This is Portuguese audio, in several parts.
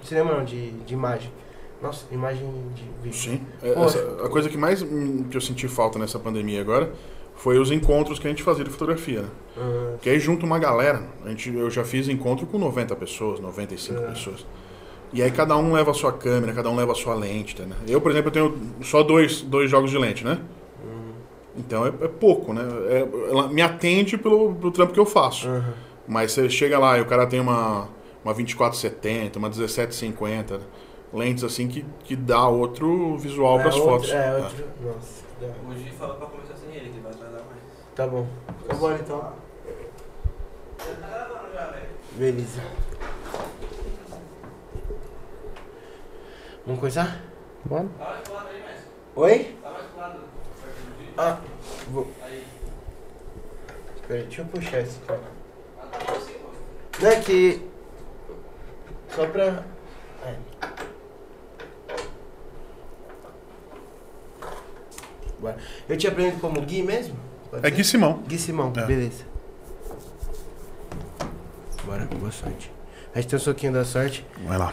Cinema não, de imagem. Nossa, imagem de vídeo. Sim. A coisa que mais que eu senti falta nessa pandemia agora foi os encontros que a gente fazia de fotografia, né? Que aí junto uma galera, eu já fiz encontro com 90 pessoas, 95 pessoas. E aí cada um leva a sua câmera, cada um leva a sua lente, né? Eu, por exemplo, eu tenho só dois jogos de lente, né? Então é pouco, né? Ela me atende pelo trampo que eu faço. Mas você chega lá e o cara tem uma 2470, uma 1750, lentes assim que dá outro visual para as fotos. Outro. Nossa. O Gi falou pra começar sem ele, que vai atrasar mais. Tá bom. Tá bom então. Você tá gravando já, velho? Beleza. Vamos começar? Bora. Tá mais pro lado aí, mestre. Oi? Tá mais pro lado. Vou. Aí. Espera aí, deixa eu puxar esse cara. Tá pra você, pô. Não é que... Só pra... Bora. Eu te aprendo como Gui mesmo? Pode ser? Gui Simão. Gui Simão, beleza. Bora, boa sorte. A gente tem um soquinho da sorte. Vai lá.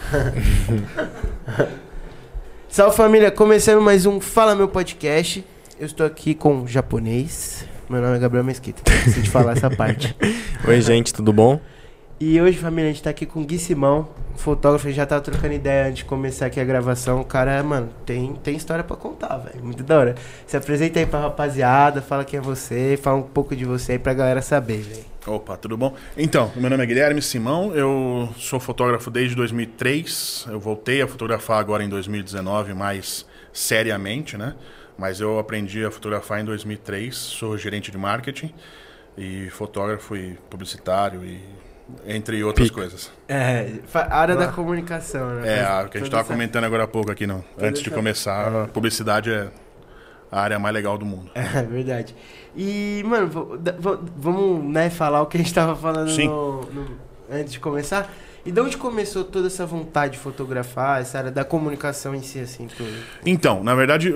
Salve família, começando mais um Fala Meu Podcast. Eu estou aqui com um japonês. Meu nome é Gabriel Mesquita, preciso de falar essa parte. Oi gente, tudo bom? E hoje, família, a gente tá aqui com o Gui Simão, fotógrafo. A gente já tava trocando ideia antes de começar aqui a gravação. O cara, mano, tem história pra contar, velho. Muito da hora. Se apresenta aí pra rapaziada, fala quem é você, fala um pouco de você aí pra galera saber, velho. Opa, tudo bom? Então, meu nome é Guilherme Simão, eu sou fotógrafo desde 2003. Eu voltei a fotografar agora em 2019, mais seriamente, né? Mas eu aprendi a fotografar em 2003, sou gerente de marketing e fotógrafo e publicitário e entre outras coisas. Área da comunicação, né? O que a gente estava comentando agora há pouco aqui, antes de começar, a publicidade é a área mais legal do mundo. É verdade. E, mano, vamos, né, falar o que a gente tava falando antes de começar. E de onde começou toda essa vontade de fotografar, essa área da comunicação em si, assim, tudo? Então, na verdade,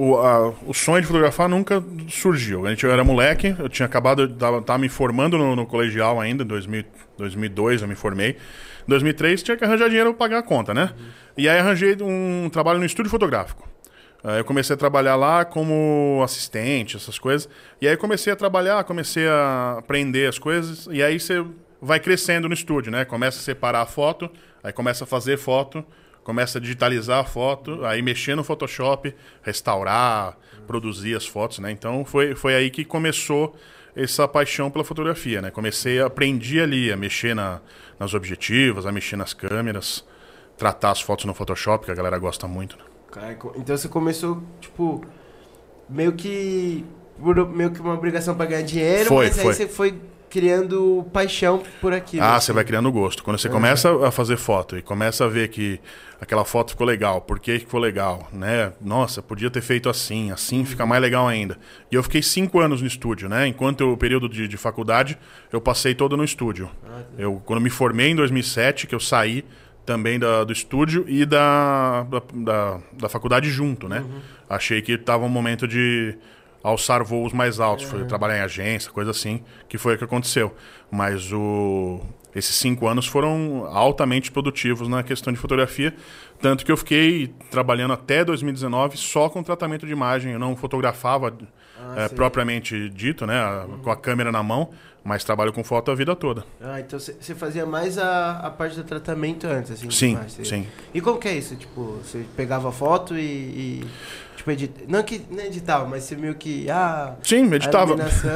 o sonho de fotografar nunca surgiu. Eu era moleque, eu tinha acabado, tava me formando no colegial ainda, em 2002 eu me formei. Em 2003 tinha que arranjar dinheiro para pagar a conta, né? E aí arranjei um trabalho no estúdio fotográfico. Eu comecei a trabalhar lá como assistente, essas coisas. E aí comecei a trabalhar, comecei a aprender as coisas. E aí você vai crescendo no estúdio, né? Começa a separar a foto, aí começa a fazer foto, começa a digitalizar a foto, aí mexer no Photoshop, restaurar, produzir as fotos, né? Então foi aí que começou essa paixão pela fotografia, né? Aprendi ali a mexer nas objetivas, a mexer nas câmeras, tratar as fotos no Photoshop, que a galera gosta muito, né? Então você começou, tipo, meio que uma obrigação pra ganhar dinheiro, aí você foi criando paixão por aquilo. Você vai criando gosto. Quando você começa a fazer foto e começa a ver que aquela foto ficou legal, por que ficou legal, né? Nossa, podia ter feito assim fica mais legal ainda. E eu fiquei 5 anos no estúdio, né? Enquanto o período de faculdade, eu passei todo no estúdio. Quando me formei em 2007, que eu saí também do estúdio e da faculdade junto, né? Achei que estava um momento de alçar voos mais altos, foi trabalhar em agência, coisa assim, que foi o que aconteceu. Mas esses 5 anos foram altamente produtivos na questão de fotografia, tanto que eu fiquei trabalhando até 2019 só com tratamento de imagem, eu não fotografava propriamente dito, né, com a câmera na mão, mas trabalho com foto a vida toda. Então você fazia mais a parte do tratamento antes, assim? Sim, sim. E como que é isso? Tipo, você pegava a foto e tipo, não editava, mas você meio que... Sim, editava.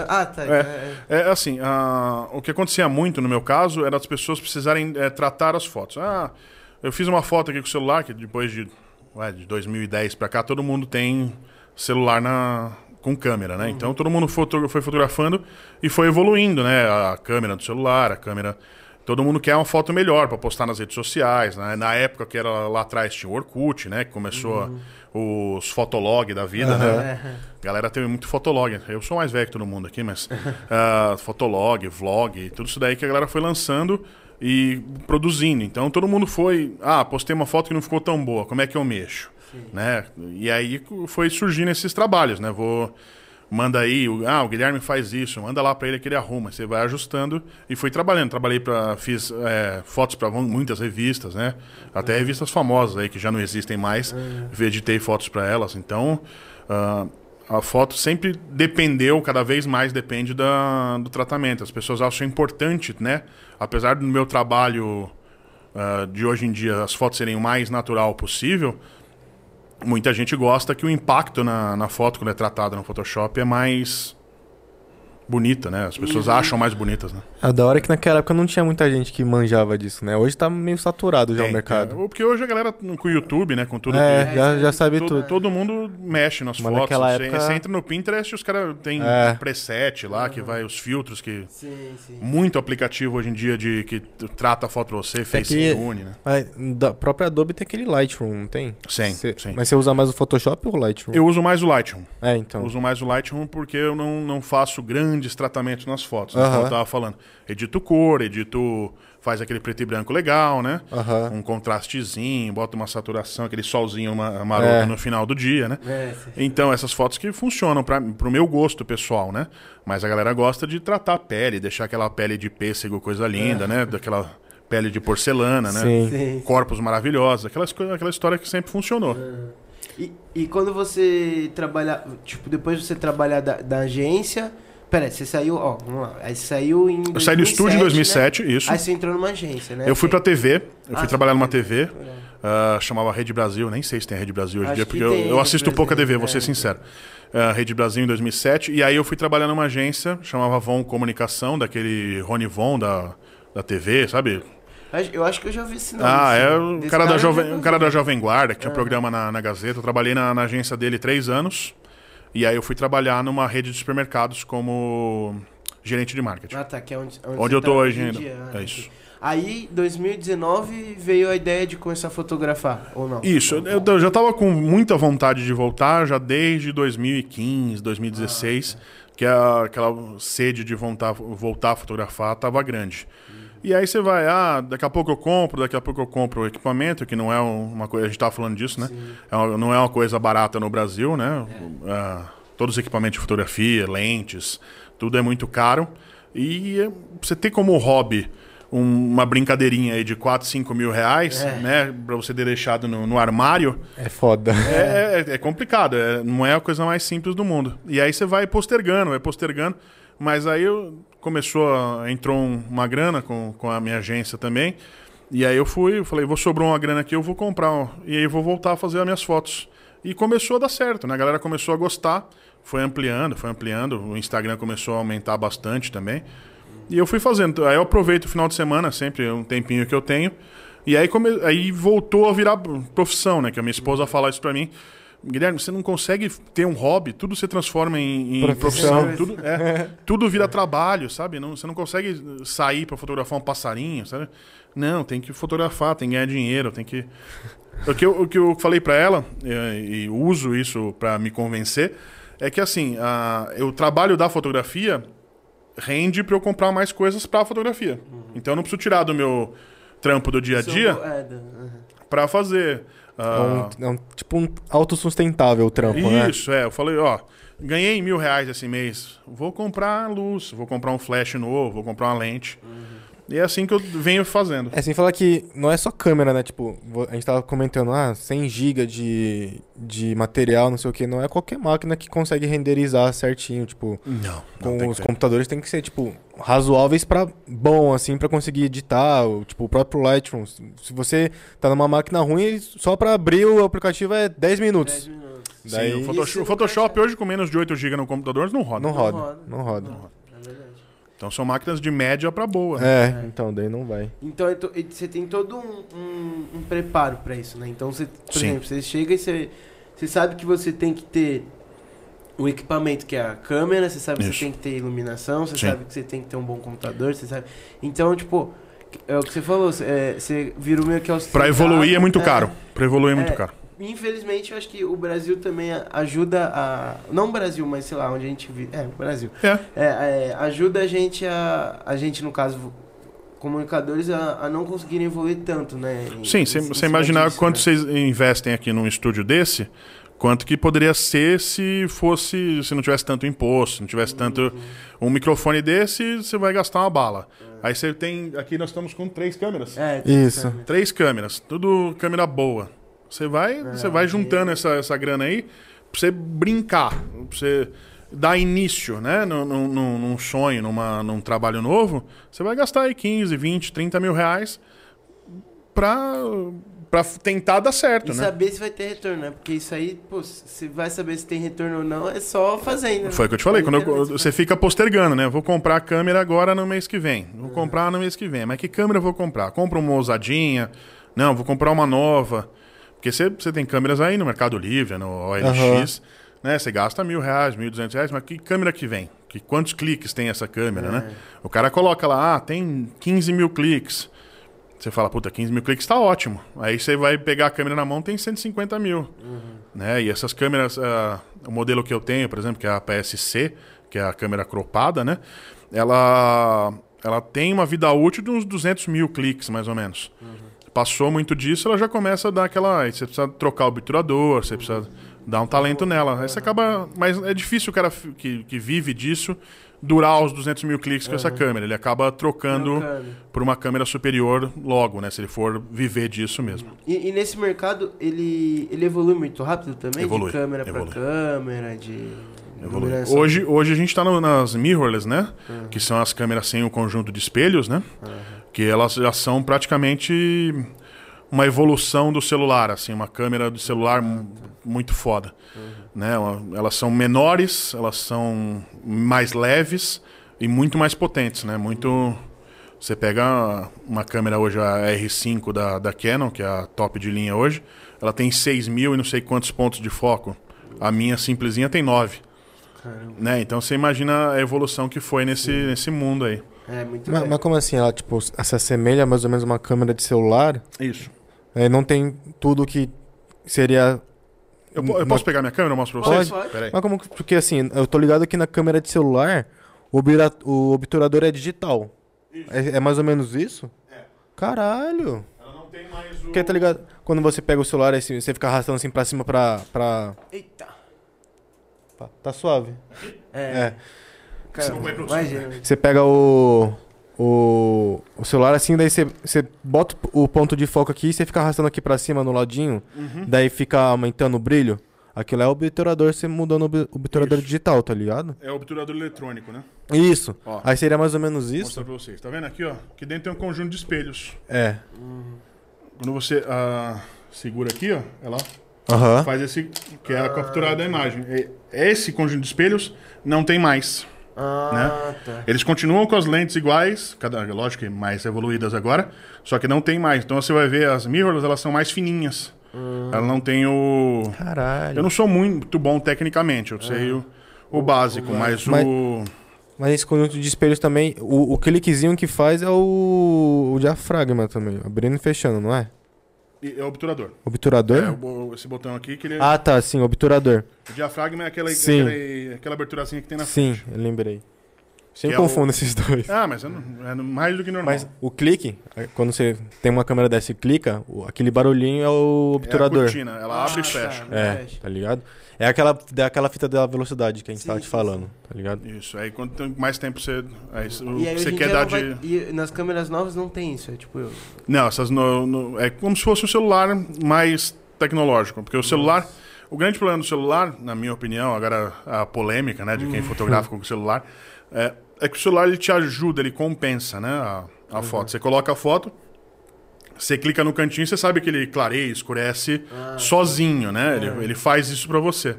Tá. O que acontecia muito no meu caso era as pessoas precisarem tratar as fotos. Eu fiz uma foto aqui com o celular, que depois de 2010 pra cá, todo mundo tem celular com câmera, né? Então todo mundo foi fotografando e foi evoluindo, né? A câmera do celular, a câmera... Todo mundo quer uma foto melhor para postar nas redes sociais, né? Na época que era lá atrás tinha o Orkut, né? Que começou os fotolog da vida, né? A galera tem muito fotolog. Eu sou mais velho que todo mundo aqui, mas fotolog, vlog, tudo isso daí que a galera foi lançando e produzindo. Então todo mundo foi... postei uma foto que não ficou tão boa, como é que eu mexo? Né? E aí foi surgindo esses trabalhos, né? Manda aí, o Guilherme faz isso, manda lá pra ele que ele arruma. Você vai ajustando e fui trabalhando. Fiz fotos pra muitas revistas, né? Até revistas famosas aí que já não existem mais. Editei fotos pra elas. Então, a foto sempre cada vez mais depende do tratamento. As pessoas acham importante, né? Apesar do meu trabalho de hoje em dia, as fotos serem o mais natural possível, muita gente gosta que o impacto na foto, quando é tratada no Photoshop, é mais bonita, né? As pessoas acham mais bonitas, né? A da hora é que naquela época não tinha muita gente que manjava disso, né? Hoje tá meio saturado já o mercado. Porque hoje a galera com o YouTube, né? Com tudo já sabe tudo. Todo mundo mexe nas fotos. Naquela época... Você entra no Pinterest, os caras têm preset lá, que vai os filtros, que... Sim. Muito aplicativo hoje em dia que trata a foto pra você, FaceTune, né? Da própria Adobe tem aquele Lightroom, não tem? Sim. Mas você usa mais o Photoshop ou o Lightroom? Eu uso mais o Lightroom. Então. Uso mais o Lightroom porque eu não faço grandes tratamentos nas fotos, né? Como eu tava falando. Edito cor, faz aquele preto e branco legal, né? Um contrastezinho, bota uma saturação, aquele solzinho maroto no final do dia, né? Então, essas fotos que funcionam pro meu gosto pessoal, né? Mas a galera gosta de tratar a pele, deixar aquela pele de pêssego, coisa linda, né? Daquela pele de porcelana, né? Sim. Corpos maravilhosos, aquela história que sempre funcionou. E quando você trabalha, tipo, depois de você trabalhar da agência... Peraí, você saiu, vamos lá. Aí você saiu em 2007, eu saí do estúdio em 2007, né? isso. Aí você entrou numa agência, né? Eu fui pra TV, fui trabalhar numa TV, É. chamava Rede Brasil, nem sei se tem Rede Brasil hoje em dia, porque tem eu assisto Rede pouco a TV, Brasil, vou ser sincero. Rede Brasil em 2007, e aí eu fui trabalhar numa agência, chamava Von Comunicação, daquele Rony Von da TV, sabe? Eu acho que eu já vi esse nome. O cara da Jovem Guarda, que tinha um programa na Gazeta. Eu trabalhei na agência dele 3 anos, e aí eu fui trabalhar numa rede de supermercados como... gerente de marketing. Que é onde eu tô hoje ainda. É isso. Aí, 2019, veio a ideia de começar a fotografar, ou não? Isso. Eu já tava com muita vontade de voltar, já desde 2015, 2016, que aquela sede de voltar a fotografar tava grande. E aí você vai, daqui a pouco eu compro o equipamento, que não é uma coisa, a gente tava falando disso, né? Não é uma coisa barata no Brasil, né? Todos os equipamentos de fotografia, lentes... Tudo é muito caro. E você ter como hobby uma brincadeirinha aí de 4, 5 mil reais, né? Pra você ter deixado no armário. É foda. É complicado. Não é a coisa mais simples do mundo. E aí você vai postergando. Mas aí entrou uma grana com a minha agência também. E aí eu falei, sobrou uma grana aqui, eu vou comprar. E aí eu vou voltar a fazer as minhas fotos. E começou a dar certo, né? A galera começou a gostar. Foi ampliando. O Instagram começou a aumentar bastante também. E eu fui fazendo. Aí eu aproveito o final de semana, sempre um tempinho que eu tenho. E aí voltou a virar profissão, né? Que a minha esposa fala isso pra mim. Guilherme, você não consegue ter um hobby, tudo se transforma em profissão. Tudo vira trabalho, sabe? Você não consegue sair pra fotografar um passarinho, sabe? Não, tem que fotografar, tem que ganhar dinheiro, tem que... O que eu falei pra ela, e uso isso pra me convencer... É que assim, o trabalho da fotografia rende para eu comprar mais coisas para a fotografia. Então eu não preciso tirar do meu trampo do dia a dia para fazer. Tipo um autossustentável o trampo, né? Isso, eu falei, ganhei R$1.000 esse mês, vou comprar luz, vou comprar um flash novo, vou comprar uma lente. E é assim que eu venho fazendo. Sem falar que não é só câmera, né? Tipo, a gente tava comentando, 100 GB de material, não sei o que. Não é qualquer máquina que consegue renderizar certinho, tipo... Não com os computadores tem que ser, tipo, razoáveis pra bom, assim, pra conseguir editar. Tipo, o próprio Lightroom. Se você tá numa máquina ruim, só pra abrir o aplicativo é 10 minutos. 10 minutos. Sim, o Photoshop hoje com menos de 8 GB no computador não roda. Não roda. É verdade. Então são máquinas de média pra boa. Então daí não vai. Então você tem todo um preparo pra isso, né? Então, por exemplo, você chega e você sabe que você tem que ter o equipamento, que é a câmera, você sabe que você tem que ter iluminação, você sabe que você tem que ter um bom computador, você sabe... Então, tipo, é o que você falou, você virou meio que Pra evoluir é muito caro. Infelizmente, eu acho que o Brasil também ajuda a... Não o Brasil, mas sei lá, onde a gente vive... o Brasil. Ajuda a gente, no caso, comunicadores, a não conseguirem evoluir tanto, né? Sim, você imaginar quanto vocês investem aqui num estúdio desse, quanto que poderia ser se não tivesse tanto imposto, se não tivesse tanto... Um microfone desse, você vai gastar uma bala. Aí você tem... Aqui nós estamos com 3 câmeras. Isso. 3 câmeras, tudo câmera boa. Você vai juntando essa grana aí pra você brincar, pra você dar início, né? Num sonho, num trabalho novo. Você vai gastar aí 15, 20, 30 mil reais pra tentar dar certo, E né? saber se vai ter retorno, né? Porque isso aí, pô, você vai saber se tem retorno ou não, é só fazendo. Né? Foi o que eu te falei, você fica postergando, né? Vou comprar a câmera agora no mês que vem. Vou comprar no mês que vem. Mas que câmera eu vou comprar? Compra uma ousadinha? Não, vou comprar uma nova. Porque você tem câmeras aí no Mercado Livre, no OLX, né? Você gasta R$1.000, R$1.200, mas que câmera que vem? Quantos cliques tem essa câmera, né? O cara coloca lá, tem 15 mil cliques. Você fala, puta, 15 mil cliques tá ótimo. Aí você vai pegar a câmera na mão, tem 150 mil. Né? E essas câmeras, o modelo que eu tenho, por exemplo, que é a PSC, que é a câmera cropada, né? Ela tem uma vida útil de uns 200 mil cliques, mais ou menos. Passou muito disso, ela já começa a dar aquela... Aí você precisa trocar o obturador, você precisa dar um talento nela. Aí você acaba... Mas é difícil o cara que vive disso durar os 200 mil cliques com essa câmera. Ele acaba trocando por uma câmera superior logo, né? Se ele for viver disso mesmo. E nesse mercado, ele evolui muito rápido também? Evolui, De câmera para câmera, de... Evolui. Hoje a gente está nas mirrorless, né? Que são as câmeras sem o conjunto de espelhos, né? Que elas já são praticamente uma evolução do celular, assim, uma câmera do celular muito foda. Né? Elas são menores, elas são mais leves e muito mais potentes, né? Você pega uma câmera hoje, a R5 da Canon, que é a top de linha hoje, ela tem 6.000 e não sei quantos pontos de foco. A minha simplesinha tem 9. Né? Então você imagina a evolução que foi nesse mundo aí. É, muito Mas como assim? Ela tipo, se assemelha mais ou menos a uma câmera de celular? Isso. Não tem tudo que seria... Eu posso pegar minha câmera e mostro pra vocês? Pode. Peraí. Mas como que... Porque assim, eu tô ligado que na câmera de celular, o obturador é digital. É mais ou menos isso? É. Caralho! Ela não tem mais o... Porque tá ligado? Quando você pega o celular, assim, você fica arrastando assim pra cima pra... Eita. Tá suave. Cara, imagina. Você pega o celular assim, daí você bota o ponto de foco aqui e você fica arrastando aqui pra cima no ladinho, daí fica aumentando o brilho. Aquilo é o obturador, você mudando o obturador digital, tá ligado? É o obturador eletrônico, né? Isso. Ó. Aí seria mais ou menos Vou isso. mostrar pra vocês. Tá vendo aqui, ó? Aqui dentro tem um conjunto de espelhos. É. Quando você segura aqui, ó, ela Aham. faz esse... Que é a capturada da imagem. Esse conjunto de espelhos não tem mais. Tá. Eles continuam com as lentes iguais, lógico que mais evoluídas agora, só que não tem mais. Então você vai ver as mirrorless, elas são mais fininhas. Ela não tem o... Caralho. Eu não sou muito bom tecnicamente, eu sei o básico, mas o... Mas esse conjunto de espelhos também, o cliquezinho que faz é o diafragma também, abrindo e fechando, não é? É o obturador. Obturador? Esse botão aqui que ele... Ah, tá, sim, obturador. O diafragma é Sim. aquela aberturazinha que tem na Sim, frente. eu lembrei. Sempre Que é confundo esses dois. Ah, mas é mais do que normal. Mas o clique, quando você tem uma câmera dessa e clica, aquele barulhinho é o É a obturador. cortina, ela abre e fecha. Tá ligado? É aquela fita da velocidade que a gente tava te sim, falando, tá ligado? Isso, aí quanto mais tempo você... Aí, E aí, você hoje em quer dia dar não de... vai- E nas câmeras novas não tem isso, é tipo... Não, essas é como se fosse um celular mais tecnológico. Porque o celular... O grande problema do celular, na minha opinião, agora a polêmica, né, de quem fotografa com o celular, é que o celular ele te ajuda, ele compensa, né, a foto. Você coloca a foto, você clica no cantinho, você sabe que ele clareia, escurece sozinho, né? Ele faz isso pra você.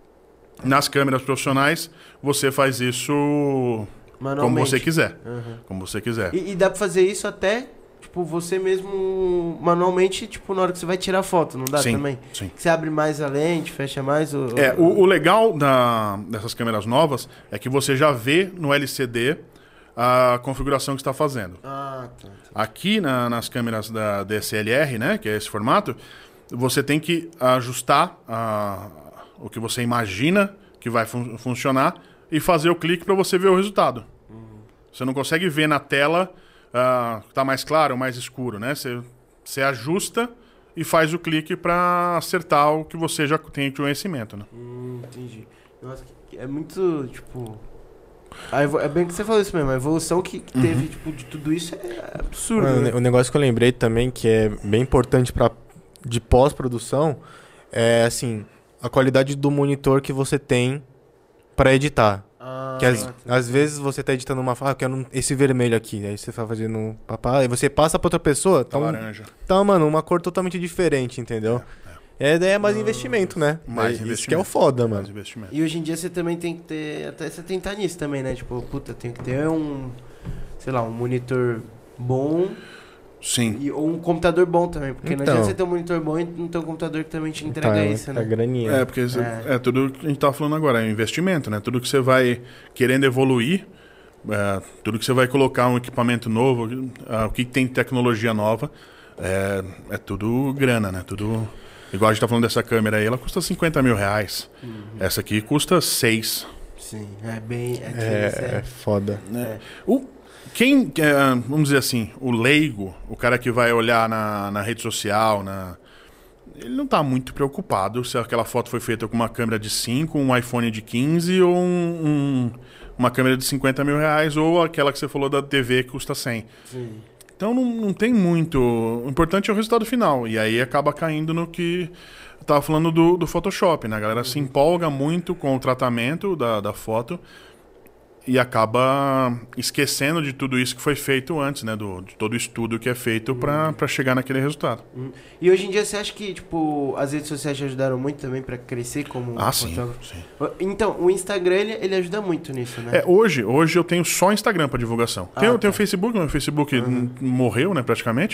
Nas câmeras profissionais, você faz isso como Manualmente. você quiser. Como você quiser. E dá pra fazer isso até, tipo, você mesmo manualmente, tipo, na hora que você vai tirar a foto, não dá Sim, também? sim. Você abre mais a lente, fecha mais o... O legal dessas câmeras novas é que você já vê no LCD a configuração que está fazendo. Ah, tá. Aqui nas câmeras da DSLR, né, que é esse formato, você tem que ajustar o que você imagina que vai funcionar e fazer o clique para você ver o resultado. Você não consegue ver na tela tá mais claro ou mais escuro, né? Você ajusta e faz o clique para acertar o que você já tem de conhecimento, né? Entendi. Nossa, é muito, tipo... É bem que você falou isso mesmo, a evolução que teve tipo, de tudo isso é absurdo. Mano, né? o negócio que eu lembrei também, que é bem importante de pós-produção, é assim, a qualidade do monitor que você tem pra editar. Que às vezes você tá editando uma fala, eu quero esse vermelho aqui. Aí você tá fazendo papá, aí você passa pra outra pessoa, Tá laranja. tá, mano, uma cor totalmente diferente, entendeu? Daí é mais investimento, né? Mais Isso investimento. que é o foda, Mais mano. investimento. E hoje em dia você também tem que ter, até você tentar nisso também, né? Tipo, puta, tem que ter sei lá, um monitor bom Sim. ou um computador bom também. Porque não Então. adianta você ter um monitor bom e não ter um computador que também te entrega isso, né? graninha. É, porque é tudo que a gente tava falando agora, é investimento, né? Tudo que você vai querendo evoluir, tudo que você vai colocar um equipamento novo, o que tem de tecnologia nova, é tudo grana, né? Tudo... Igual a gente tá falando dessa câmera aí, ela custa 50 mil reais. Essa aqui custa 6. Sim, é bem... É foda. Né? Vamos dizer assim, o leigo, o cara que vai olhar na rede social, ele não tá muito preocupado se aquela foto foi feita com uma câmera de 5, um iPhone de 15 ou uma câmera de 50 mil reais ou aquela que você falou da TV que custa 100. Sim. Então não tem muito. O importante é o resultado final. E aí acaba caindo no que eu tava falando do Photoshop, né? A galera se empolga muito com o tratamento da foto e acaba esquecendo de tudo isso que foi feito antes, né? De todo o estudo que é feito para chegar naquele resultado. E hoje em dia você acha que, tipo, as redes sociais te ajudaram muito também pra crescer como Sim, fotógrafo? sim. Então, o Instagram, ele ajuda muito nisso, né? Hoje eu tenho só Instagram para divulgação. Tenho tá. o Facebook, meu Facebook morreu, né, praticamente.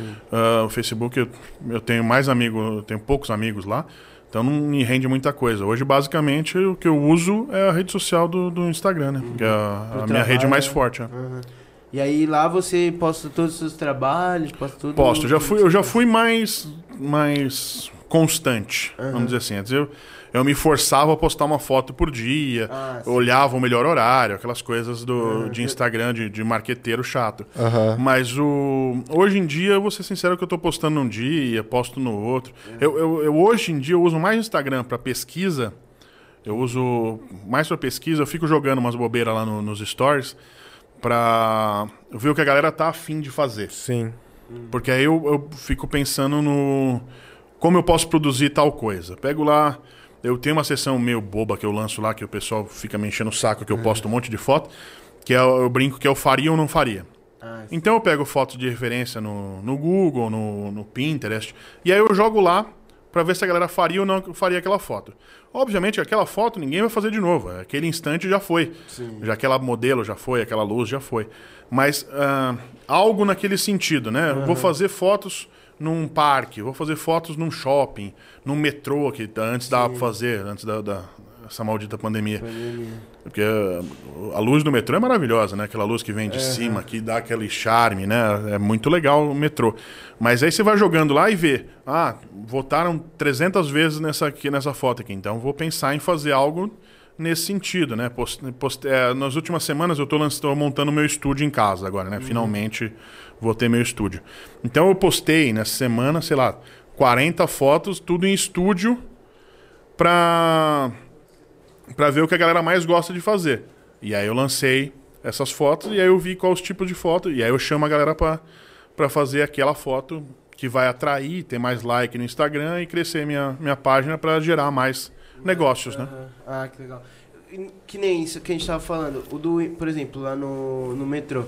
O Facebook eu tenho mais amigos, eu tenho poucos amigos lá, então não me rende muita coisa. Hoje, basicamente, o que eu uso é a rede social do Instagram, né? Que é a minha rede mais forte. Né? E aí lá você posta todos os seus trabalhos, posta tudo... Posto. Eu já fui mais constante, vamos dizer assim. Antes eu me forçava a postar uma foto por dia, olhava o melhor horário, aquelas coisas de Instagram, de marqueteiro chato. Mas hoje em dia, eu vou ser sincero que eu tô postando um dia, posto no outro. Hoje em dia eu uso mais Instagram para pesquisa, eu fico jogando umas bobeiras lá nos stories pra ver o que a galera tá afim de fazer. Sim. Porque aí eu fico pensando no como eu posso produzir tal coisa. Pego lá, eu tenho uma sessão meio boba que eu lanço lá, que o pessoal fica me enchendo o saco, que eu posto um monte de foto, que eu brinco que é o faria ou não faria. Então eu pego fotos de referência no Google, no Pinterest, e aí eu jogo lá pra ver se a galera faria ou não faria aquela foto. Obviamente, aquela foto ninguém vai fazer de novo. Aquele instante já foi. Sim. Já aquela modelo já foi, aquela luz já foi. Mas algo naquele sentido, né? Vou fazer fotos num parque, vou fazer fotos num shopping, num metrô, que antes dava pra fazer, antes dessa maldita pandemia. Porque a luz do metrô é maravilhosa, né? Aquela luz que vem de cima, que dá aquele charme, né? É muito legal o metrô. Mas aí você vai jogando lá e vê. Votaram 300 vezes nessa foto aqui. Então vou pensar em fazer algo nesse sentido, né? Nas últimas semanas eu estou montando meu estúdio em casa agora, né? Finalmente vou ter meu estúdio. Então eu postei nessa semana, sei lá, 40 fotos, tudo em estúdio, pra ver o que a galera mais gosta de fazer. E aí eu lancei essas fotos e aí eu vi quais os tipos de foto. E aí eu chamo a galera pra fazer aquela foto que vai atrair, ter mais like no Instagram e crescer minha página pra gerar mais negócios, né? Que legal. Que nem isso que a gente tava falando. Por exemplo, lá no metrô.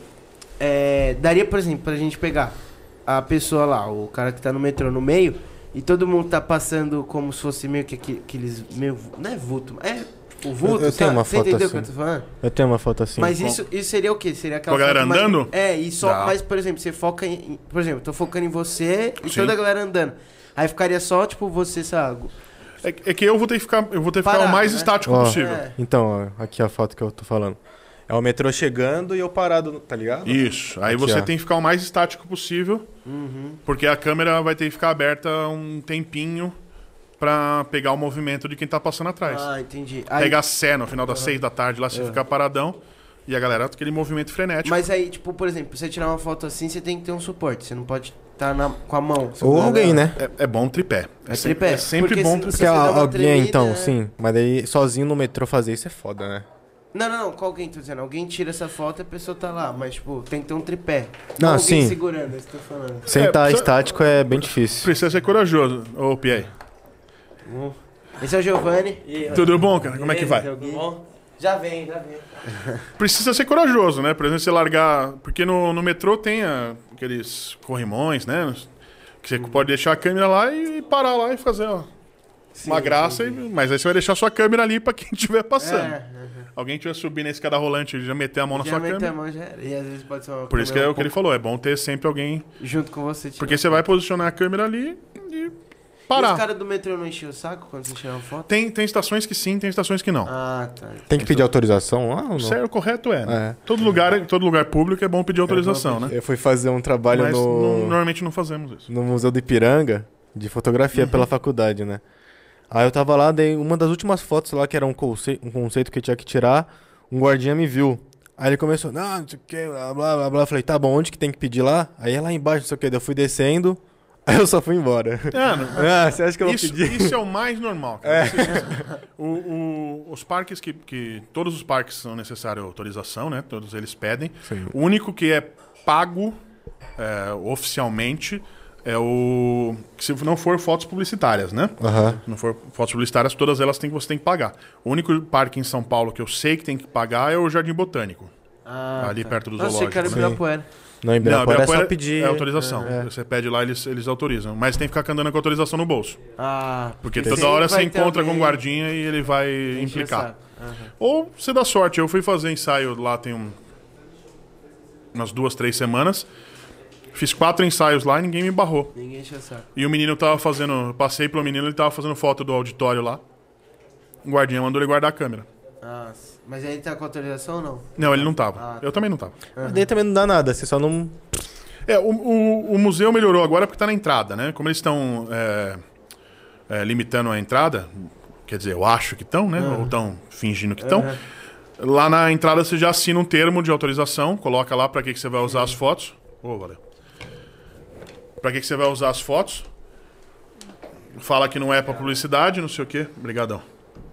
Daria, por exemplo, pra gente pegar a pessoa lá, o cara que tá no metrô no meio, e todo mundo tá passando como se fosse meio que aqueles... Meio, não é vulto, o vulto, eu tenho uma você foto entendeu o assim. que eu tô falando? Eu tenho uma foto assim. Mas isso seria o quê? Seria aquela com a galera foto andando? Mas, por exemplo, você foca em... Por exemplo, eu tô focando em você e Sim. toda a galera andando. Aí ficaria só, tipo, você, sabe? É que eu vou ter que ficar Parado, o mais né? estático possível. Então, aqui a foto que eu tô falando. É o metrô chegando e eu parado, tá ligado? Isso. Aí Aqui, você ó. tem que ficar o mais estático possível, porque a câmera vai ter que ficar aberta um tempinho pra pegar o movimento de quem tá passando atrás. Entendi. Pegar Sé no final das 6 da tarde lá, você ficar paradão e a galera aquele movimento frenético. Mas aí, tipo, por exemplo, pra você tirar uma foto assim, você tem que ter um suporte. Você não pode tá com a mão. Ou segurando alguém, ela. né? É bom tripé. Tripé. É sempre Porque bom se- tripé. se Que você dá uma alguém, tremida, então, né? sim. Mas daí sozinho no metrô fazer isso é foda, né? Não, com alguém, tô dizendo. Alguém tira essa foto e a pessoa tá lá. Mas, tipo, tem que ter um tripé. Não, alguém sim. segurando, é isso que eu tô falando. Sentar precisa- estático é bem difícil. Precisa ser corajoso, ô Pierre. Esse é o Giovanni. Tudo bom, cara? Como é que vai? Tudo bom? Já vem. Precisa ser corajoso, né? Por exemplo, você largar... Porque no metrô tem aqueles corrimões, né? Que você pode deixar a câmera lá e parar lá e fazer uma graça. Mas aí você vai deixar sua câmera ali pra quem estiver passando. Alguém estiver subindo na escada rolante e já meter a mão na Já sua mete a câmera. mão, já era. E às vezes pode ser uma Por isso que é câmera o que ele falou. É bom ter sempre alguém... junto com você. Porque você vai posicionar a câmera ali e E parar. os caras do metrô não enchiam o saco quando você tirar uma foto? Tem estações que sim, tem estações que não. Ah, tá. Tem que pedir autorização lá ou não? O correto é, né? É. Todo lugar público é bom pedir autorização, né? Eu fui fazer um trabalho Mas no normalmente não fazemos isso. no Museu do Ipiranga, de fotografia pela faculdade, né? Aí eu tava lá, dei uma das últimas fotos lá, que era um conceito que eu tinha que tirar, um guardinha me viu. Aí ele começou, não sei o que, blá, blá, blá, blá. Eu falei, tá bom, onde que tem que pedir lá? Aí é lá embaixo, não sei o que. Daí eu fui descendo, aí eu só fui embora. Você acha que eu vou pedir? Isso é o mais normal. Cara. Os parques todos os parques são necessários autorização, né? Todos eles pedem. Sim. O único que é pago oficialmente é o... que se não for fotos publicitárias, né? Aham. Se não for fotos publicitárias, todas elas você tem que pagar. O único parque em São Paulo que eu sei que tem que pagar é o Jardim Botânico. Ah, Ali tá. perto do Nossa, achei que era zoológico. Ibirapuera. Não, em Ibirapuera é só pedir. É autorização. Você pede lá, eles autorizam. Mas tem que ficar andando com autorização no bolso. Ah, Porque sempre toda hora você vai ter encontra com um alguém guardinha e ele vai encher o implicar. saco. Aham. Ou você dá sorte. Eu fui fazer ensaio lá tem umas 2, 3 semanas. Fiz 4 ensaios lá e ninguém me barrou. Ninguém enche o saco. E o menino tava fazendo... Eu passei pelo menino, ele tava fazendo foto do auditório lá. O guardinha mandou ele guardar a câmera. Ah, mas aí tá com autorização ou não? Não, ele não tava. Ah, tá. Eu também não tava. Mas daí também não dá nada, você só não... O museu melhorou agora porque tá na entrada, né? Como eles estão limitando a entrada, quer dizer, eu acho que estão, né? Ou estão fingindo que estão. Lá na entrada você já assina um termo de autorização, coloca lá pra que você vai usar as fotos. Valeu. Pra que você vai usar as fotos. Fala que não é pra publicidade, não sei o quê. Obrigadão.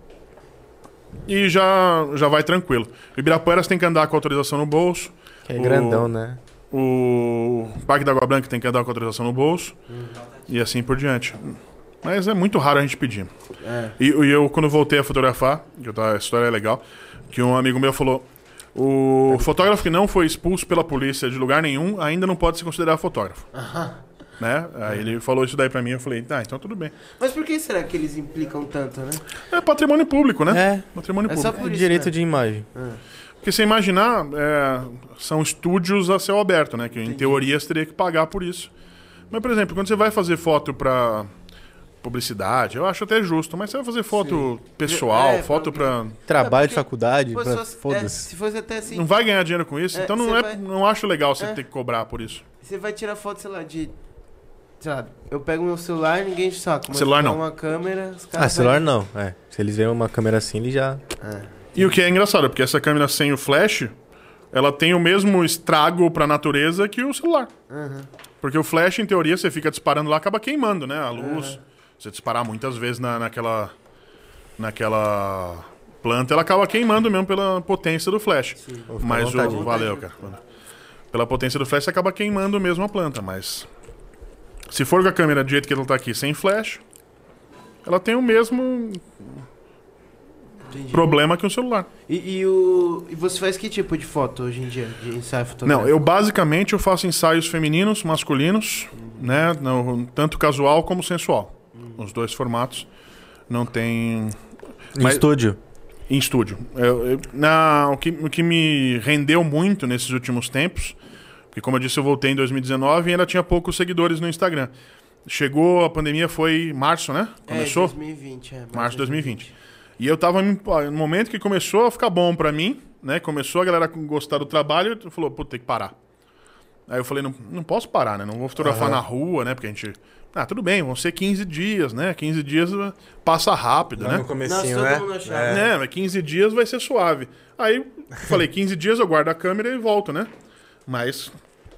E já vai tranquilo. O Ibirapuera você tem que andar com autorização no bolso. Que é grandão, né? O Parque da Água Branca tem que andar com autorização no bolso. E assim por diante. Mas é muito raro a gente pedir. E eu, quando voltei a fotografar, a história é legal, que um amigo meu falou: o fotógrafo que não foi expulso pela polícia de lugar nenhum ainda não pode se considerar fotógrafo. Né? Aí ele falou isso daí pra mim, eu falei, tá, então tudo bem. Mas por que será que eles implicam tanto, né? É patrimônio público, né? É. Patrimônio É público. só por isso, Direito né? de imagem. Porque você imaginar, são estúdios a céu aberto, né? Que em teoria você teria que pagar por isso. Mas, por exemplo, quando você vai fazer foto pra publicidade, eu acho até justo, mas você vai fazer foto pessoal, foto pra... Trabalho de porque- faculdade, Pô, foda-se. se fosse até assim, Não vai ganhar dinheiro com isso, então você vai- não acho legal você ter que cobrar por isso. você vai tirar foto, sei lá, de... Sei lá, eu pego meu celular e ninguém enche o saco. Mas Celular eu não. pego uma câmera, os caras... Celular não. Se eles verem uma câmera assim, ele já... E o que é engraçado, porque essa câmera sem o flash, ela tem o mesmo estrago pra natureza que o celular. Porque o flash, em teoria, você fica disparando lá, acaba queimando, né? A luz. Você disparar muitas vezes naquela planta, ela acaba queimando mesmo pela potência do flash. Mas vontade. valeu, cara. Pela potência do flash, você acaba queimando mesmo a planta, mas... Se for com a câmera do jeito que ela tá aqui, sem flash, ela tem o mesmo Entendi. problema que o celular. E você faz que tipo de foto hoje em dia? De ensaio fotográfico? Não, eu basicamente eu faço ensaios femininos, masculinos, né? Tanto casual como sensual. Os dois formatos. Não tem... Em estúdio. Em estúdio. O que me rendeu muito nesses últimos tempos, porque como eu disse, eu voltei em 2019 e ainda tinha poucos seguidores no Instagram. Chegou, a pandemia foi março, né? Começou? 2020, Março de 2020. E eu tava no momento que começou a ficar bom pra mim, né? Começou a galera gostar do trabalho, falou, pô, tem que parar. Aí eu falei, não posso parar, né? Não vou fotografar na rua, né? Porque a gente... tudo bem, vão ser 15 dias, né? 15 dias passa rápido, né? No comecinho, Nossa, né? todo mundo achava. Né, mas 15 dias vai ser suave. Aí falei, 15 dias eu guardo a câmera e volto, né? Mas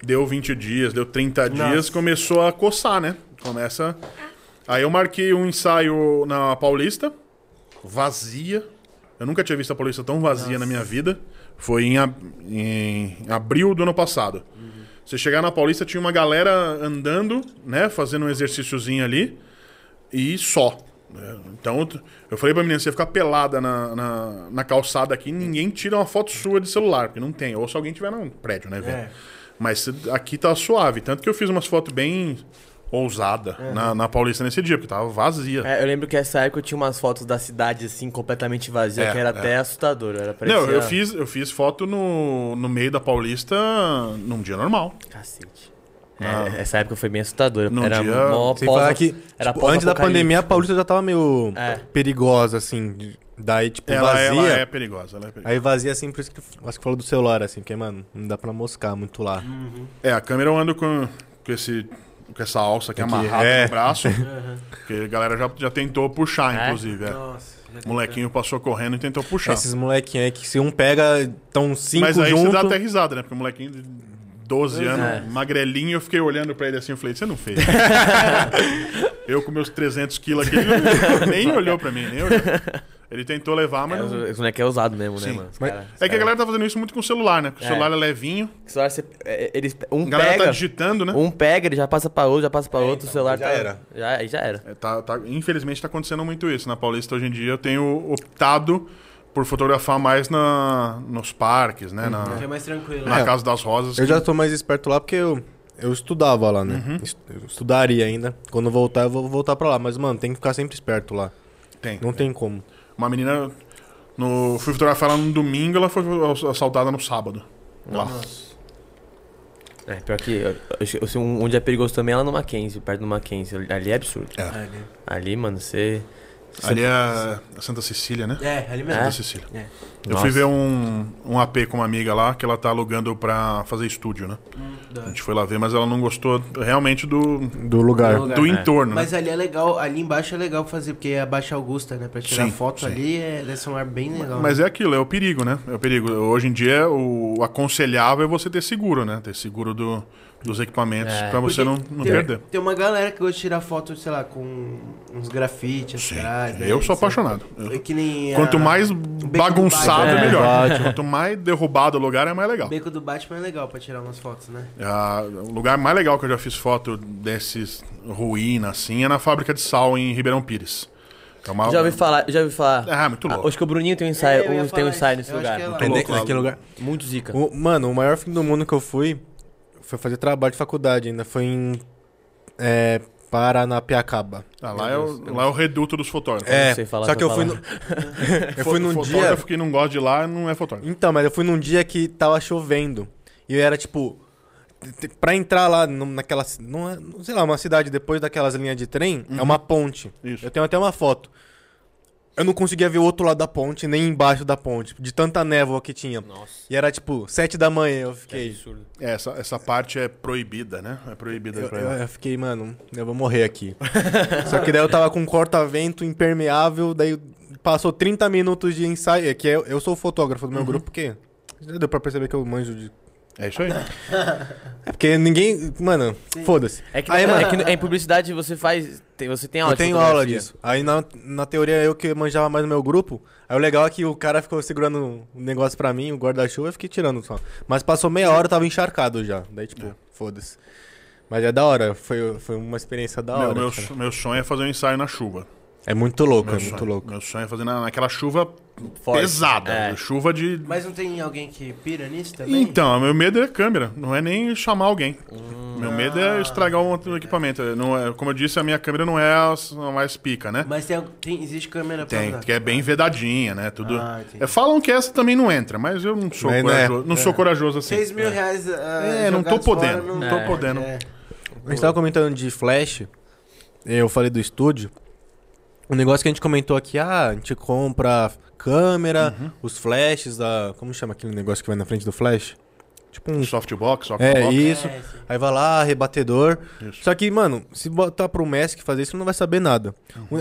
deu 20 dias, deu 30 Nossa. dias, começou a coçar, né? Começa... Aí eu marquei um ensaio na Paulista, vazia. Eu nunca tinha visto a Paulista tão vazia na minha vida. Foi em abril do ano passado. Você chegar na Paulista, tinha uma galera andando, né? Fazendo um exercíciozinho ali. E só. Então, eu falei pra menina, você ficar pelada na calçada aqui, ninguém tira uma foto sua de celular, porque não tem. Ou se alguém tiver num prédio, né, velho? Mas aqui tá suave. Tanto que eu fiz umas fotos bem ousada na Paulista nesse dia, porque tava vazia. Eu lembro que essa época eu tinha umas fotos da cidade, assim, completamente vazia, que era até assustador. Era Não, parecia... eu fiz foto no meio da Paulista num dia normal. Cacete. Essa época foi bem assustadora. Num Era dia- mó Sem falar que, era tipo, antes da pandemia, a Paulista já tava meio É. perigosa, assim. Daí, tipo, Ela vazia. é perigosa, ela é perigosa. Aí vazia, assim, por isso que eu acho que falou do celular, assim, porque, mano, não dá pra moscar muito lá. A câmera eu ando com essa alça aqui amarrada no braço. Porque a galera já tentou puxar, inclusive. Nossa. O molequinho passou correndo e tentou puxar. Esses molequinhos aí que se um pega, tão 5 Mas aí juntos. você dá até risada, né? Porque o molequinho de 12 anos, magrelinho, eu fiquei olhando pra ele assim, eu falei, você não fez. Eu com meus 300 quilos aqui, ele nem olhou pra mim, nem olhou. Ele tentou levar, mas não... Esse moleque é usado mesmo, né, Sim. mano? Os Mas- cara- É que a galera tá fazendo isso muito com o celular, né? Porque o celular é levinho, esse celular, eles, um a galera pega, tá digitando, né? ele já passa pra outro, o celular já tá... era. Aí já era. Infelizmente tá acontecendo muito isso. Na Paulista, hoje em dia, eu tenho optado por fotografar mais nos parques, né? Que é mais tranquilo. Na É. Casa das Rosas. Eu já tô mais esperto lá porque eu estudava lá, né? Eu estudaria ainda. Quando eu voltar, eu vou voltar pra lá. Mas, mano, tem que ficar sempre esperto lá. Tem. Não tem como. Uma menina... Fui fotografar ela no domingo, ela foi assaltada no sábado. Lá. Pior que eu sei onde é perigoso também é lá no Mackenzie, perto do Mackenzie. Ali é absurdo. Ali, mano, você... Ali é a Santa Cecília, né? Ali mesmo. Santa Cecília. Eu Nossa. fui ver um AP com uma amiga lá, que ela tá alugando pra fazer estúdio, né? A gente foi lá ver, mas ela não gostou realmente Do lugar. do entorno, né? Mas ali é legal, ali embaixo é legal fazer, porque é a Baixa Augusta, né? Pra tirar Sim, foto sim. ali, deve ser um ar bem legal. Mas né? é aquilo, é o perigo, né? É o perigo. Hoje em dia, o aconselhável é você ter seguro, né? Ter seguro dos equipamentos pra você não perder. Tem uma galera que gosta de tirar foto, sei lá, com uns grafites atrás. né? Eu sou Isso é- apaixonado. É que nem Quanto mais do bagunçado, Batman. é melhor. Batman. Quanto mais derrubado o lugar, é mais legal. O beco do Batman é legal pra tirar umas fotos, né? O lugar mais legal que eu já fiz foto desses ruínas, assim, é na fábrica de sal em Ribeirão Pires. É uma... Já ouvi falar. Ah, muito louco. Acho que o Bruninho tem um ensaio, eu ia tem um falar ensaio isso. nesse Eu acho lugar. que é lá. Muito louco lá. Naquele lugar. Muito zica. Mano, o maior fim do mundo que eu fui foi fazer trabalho de faculdade ainda. Foi em Paranapiacaba. Lá é o reduto dos fotógrafos. não sei falar só que eu essa fui, eu fui num dia... Fotógrafo que não gosta de ir lá não é fotógrafo. Então, mas eu fui num dia que tava chovendo. E eu era tipo... Pra entrar lá naquela... Não sei lá, uma cidade depois daquelas linhas de trem, é uma ponte. Isso. Eu tenho até uma foto. Eu não conseguia ver o outro lado da ponte, nem embaixo da ponte. De tanta névoa que tinha. Nossa. E era tipo 7 da manhã, eu fiquei... Absurdo. Essa parte é proibida, né? É proibida. Eu fiquei, mano, eu vou morrer aqui. Só que daí eu tava com um corta-vento impermeável, daí passou 30 minutos de ensaio. É que eu sou o fotógrafo do meu grupo, porque já deu pra perceber que eu manjo de... É isso aí. É porque ninguém... Mano, foda-se. É que, Aí, mano, em publicidade você você tem aula eu de tenho fotografia. aula disso. Aí na teoria eu que manjava mais no meu grupo. Aí o legal é que o cara ficou segurando um negócio pra mim, o guarda-chuva, eu fiquei tirando só. Mas passou meia hora, eu tava encharcado já. Daí tipo, foda-se. Mas é da hora, foi uma experiência da hora. cara. Meu sonho é fazer um ensaio na chuva. É muito louco, Meu é sonho. muito louco. Meu sonho é fazer naquela chuva Forte. pesada. É. Chuva de... Mas não tem alguém que pira nisso também? Então, meu medo é câmera, não é nem chamar alguém. Meu medo é estragar o equipamento. Não é, como eu disse, a minha câmera não é a mais pica, né? Mas existe câmera pra Tem, usar? que é bem vedadinha, né? Tudo. Entendi. Falam que essa também não entra, mas eu não sou Mas não é. corajoso. Não sou corajoso assim. 6 mil reais. Não tô jogados fora, podendo. Não tô podendo. A gente tava comentando de flash, eu falei do estúdio. Um negócio que a gente comentou aqui, a gente compra câmera, os flashes, como chama aquele negócio que vai na frente do flash? Tipo um... Softbox, É, softbox. isso. sim. Aí vai lá, rebatedor. Isso. Só que, mano, se botar pro Mask fazer isso, não vai saber nada.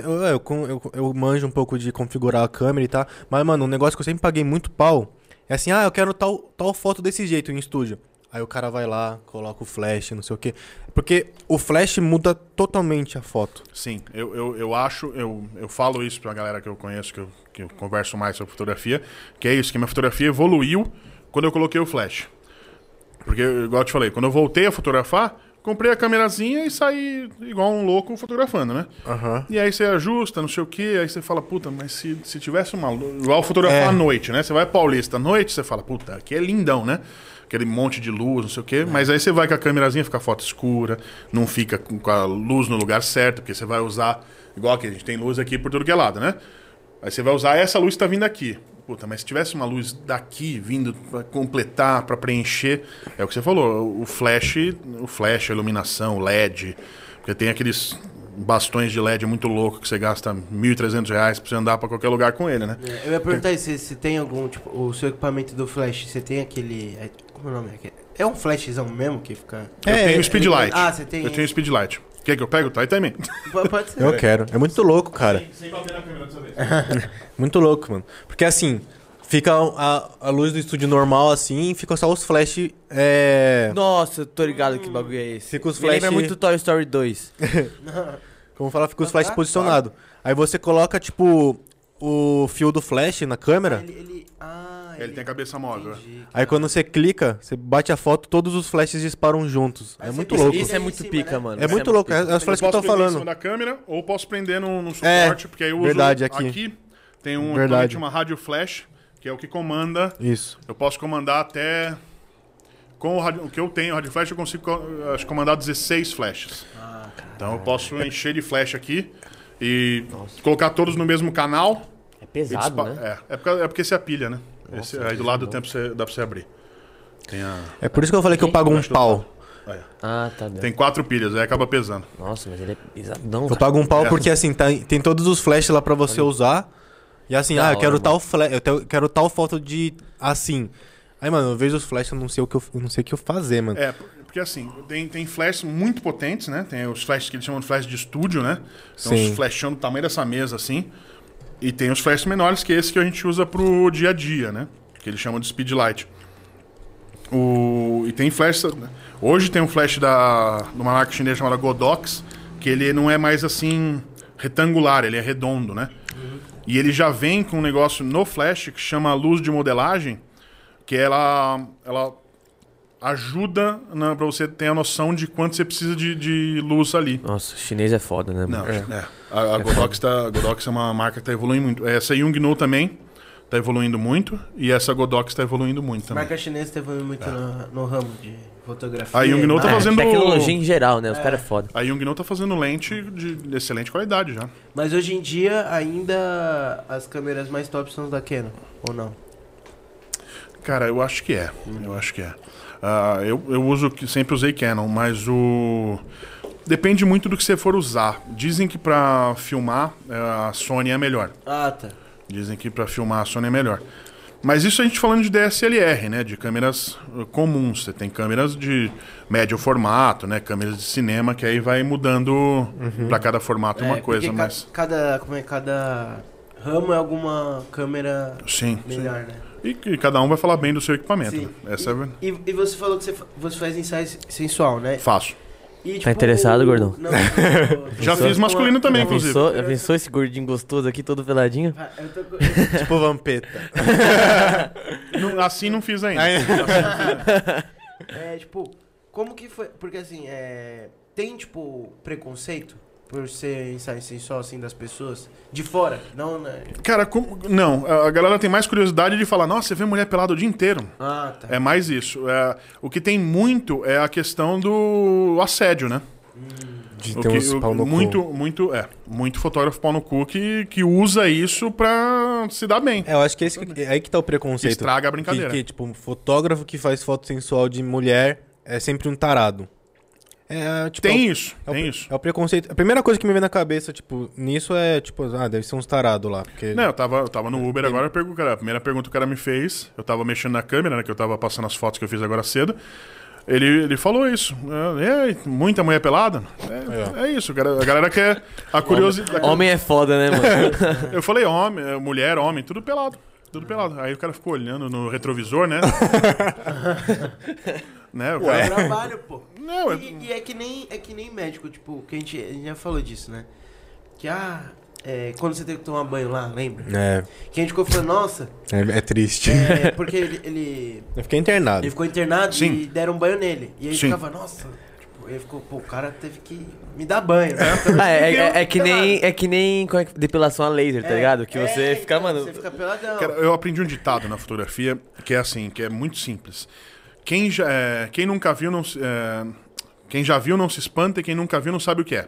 Eu manjo um pouco de configurar a câmera e tal. Mas, mano, um negócio que eu sempre paguei muito pau é assim, eu quero tal foto desse jeito em estúdio. Aí o cara vai lá, coloca o flash, não sei o quê. Porque o flash muda totalmente a foto. Sim, eu acho, eu falo isso pra galera que eu conheço, que eu converso mais sobre fotografia, que é isso, que minha fotografia evoluiu quando eu coloquei o flash. Porque, igual eu te falei, quando eu voltei a fotografar, comprei a câmerazinha e saí igual um louco fotografando, né? Aham. E aí você ajusta, não sei o quê, aí você fala, puta, mas se tivesse uma luz... Igual fotografar à noite, né? Você vai Paulista à noite, você fala, puta, aqui é lindão, né? Aquele monte de luz, não sei o quê. Mas aí você vai com a câmerazinha, fica a foto escura, não fica com a luz no lugar certo, porque você vai usar... Igual aqui, a gente tem luz aqui por tudo que é lado, né? Aí você vai usar essa luz que tá vindo aqui. Puta, mas se tivesse uma luz daqui vindo pra completar, pra preencher, é o que você falou, o flash, a iluminação, o LED, porque tem aqueles bastões de LED muito louco que você gasta R$1.300 pra você andar pra qualquer lugar com ele, né? Eu ia perguntar aí se tem algum, tipo, o seu equipamento do flash, você tem aquele... Como é o nome? É um flashzão mesmo que fica... Eu tenho o Speedlight. Ah, você tem... Eu tenho o Speedlight. Quer que eu pego? Tá aí também. Pode ser. Eu quero. É muito louco, cara. Sem bater na câmera dessa vez. Muito louco, mano. Porque assim, fica a luz do estúdio normal assim, fica só os flash. Nossa, eu tô ligado que bagulho é esse. Fica os Me lembra flash- muito Toy Story 2. Como fala, fica os flash posicionados. Aí você coloca, tipo, o fio do flash na câmera. Ele tem cabeça móvel. Entendi. Aí quando você clica, você bate a foto, todos os flashes disparam juntos. É muito isso- louco. Isso é Em muito cima, pica, né? mano. É muito louco. É pica. os flashes que eu tô prender em cima falando. da câmera ou posso prender num suporte, porque aí eu uso verdade, aqui. tem um Verdade. uma rádio flash, que é o que comanda. Isso. Eu posso comandar até com o que eu tenho, o rádio flash, eu consigo acho, comandar 16 flashes. Então eu posso encher de flash aqui e colocar todos no mesmo canal. É e pesado, né? É porque se apilha, né? Aí do lado do tempo dá pra você abrir. Tem, É por isso que eu falei que eu pago um pau. Ah, tá. tem 4 pilhas, aí acaba pesando. Nossa, mas ele é pesadão, Eu cara. pago um pau porque assim, tem todos os flashes lá pra você usar. E assim, Da eu quero hora, tal flash, quero tal foto de assim. Aí, mano, eu vejo os flashes, eu não sei o que eu fazer, mano. É, porque assim, tem flashes muito potentes, né? Tem os flashes que eles chamam de flash de estúdio, né? Então Sim. os flashão do tamanho dessa mesa, assim. E tem os flashes menores, que é esse que a gente usa pro dia a dia, né? Que eles chamam de speedlight. E tem flash... Hoje tem um flash de uma marca chinesa chamada Godox, que ele não é mais assim retangular, ele é redondo, né? E ele já vem com um negócio no flash que chama luz de modelagem, que ela ajuda pra você ter a noção de quanto você precisa de luz ali. Nossa, o chinês é foda, né, Não, mano? a Godox é uma marca que tá evoluindo muito. Essa Yongnuo também tá evoluindo muito, e essa Godox tá evoluindo muito também. Marca chinesa teve muito no ramo de fotografia. A Yongnuo tá fazendo... Tecnologia em geral, né? Os caras é foda. A Yongnuo tá fazendo lente de excelente qualidade já. Mas hoje em dia, ainda as câmeras mais top são as da Canon, ou não? Cara, eu acho que é. Eu acho que é. Eu sempre usei Canon, mas depende muito do que você for usar. Dizem que pra filmar a Sony é melhor. Ah, tá. Dizem que pra filmar a Sony é melhor. Mas isso a gente falando de DSLR, né? De câmeras comuns. Você tem câmeras de médio formato, né? Câmeras de cinema, que aí vai mudando pra cada formato uma coisa. porque Mas cada ramo é alguma câmera sim. melhor, né? E cada um vai falar bem do seu equipamento. Sim. Né? Essa é... E você falou que você faz ensaio sensual, né? Faço. E, Tá interessado, gordão? Não, Já fiz masculino também, inclusive. Já pensou esse gordinho gostoso aqui, todo peladinho? Eu tô... Tipo Vampeta. Assim não fiz ainda. tipo, como que foi? Porque assim, tem, tipo, preconceito por ser ensaio sensual, assim, das pessoas? De fora, não, né? Cara, não. A galera tem mais curiosidade de falar, nossa, você vê mulher pelada o dia inteiro. Ah, tá. É mais isso. O que tem muito é a questão do assédio, né? De ter uns pau no cu. Muito fotógrafo pau no cu que usa isso pra se dar bem. Eu acho que é aí que tá o preconceito. Estraga a brincadeira. Que, tipo, um fotógrafo que faz foto sensual de mulher é sempre um tarado. Tem isso. É o preconceito. A primeira coisa que me vem na cabeça, tipo, nisso é, tipo, deve ser uns tarados lá. Porque... Não, eu tava no Uber agora, a primeira pergunta que o cara me fez, eu tava mexendo na câmera, né, que eu tava passando as fotos que eu fiz agora cedo, ele falou isso. Muita mulher pelada? É isso, a galera quer a curiosidade. Homem é foda, né, mano? Eu falei homem, mulher, homem, tudo pelado. Tudo pelado. Aí o cara ficou olhando no retrovisor, né? Né? O É cara... trabalho, pô. Não, E é que nem médico, tipo, que a gente já falou disso, né? Que, quando você tem que tomar banho lá, lembra? É, Que a gente ficou falando, nossa, é triste. porque ele Eu fiquei internado. ficou internado Sim. e deram um banho nele. E aí Sim. ficava, nossa, tipo, ele ficou, pô, o cara teve que me dar banho, né? É que nem como é que- depilação a laser, tá ligado? Que você fica, então, mano. Você fica peladão. Cara, eu aprendi um ditado na fotografia que é assim, que é muito simples. Quem nunca viu não quem já viu não se espanta e quem nunca viu não sabe o que é.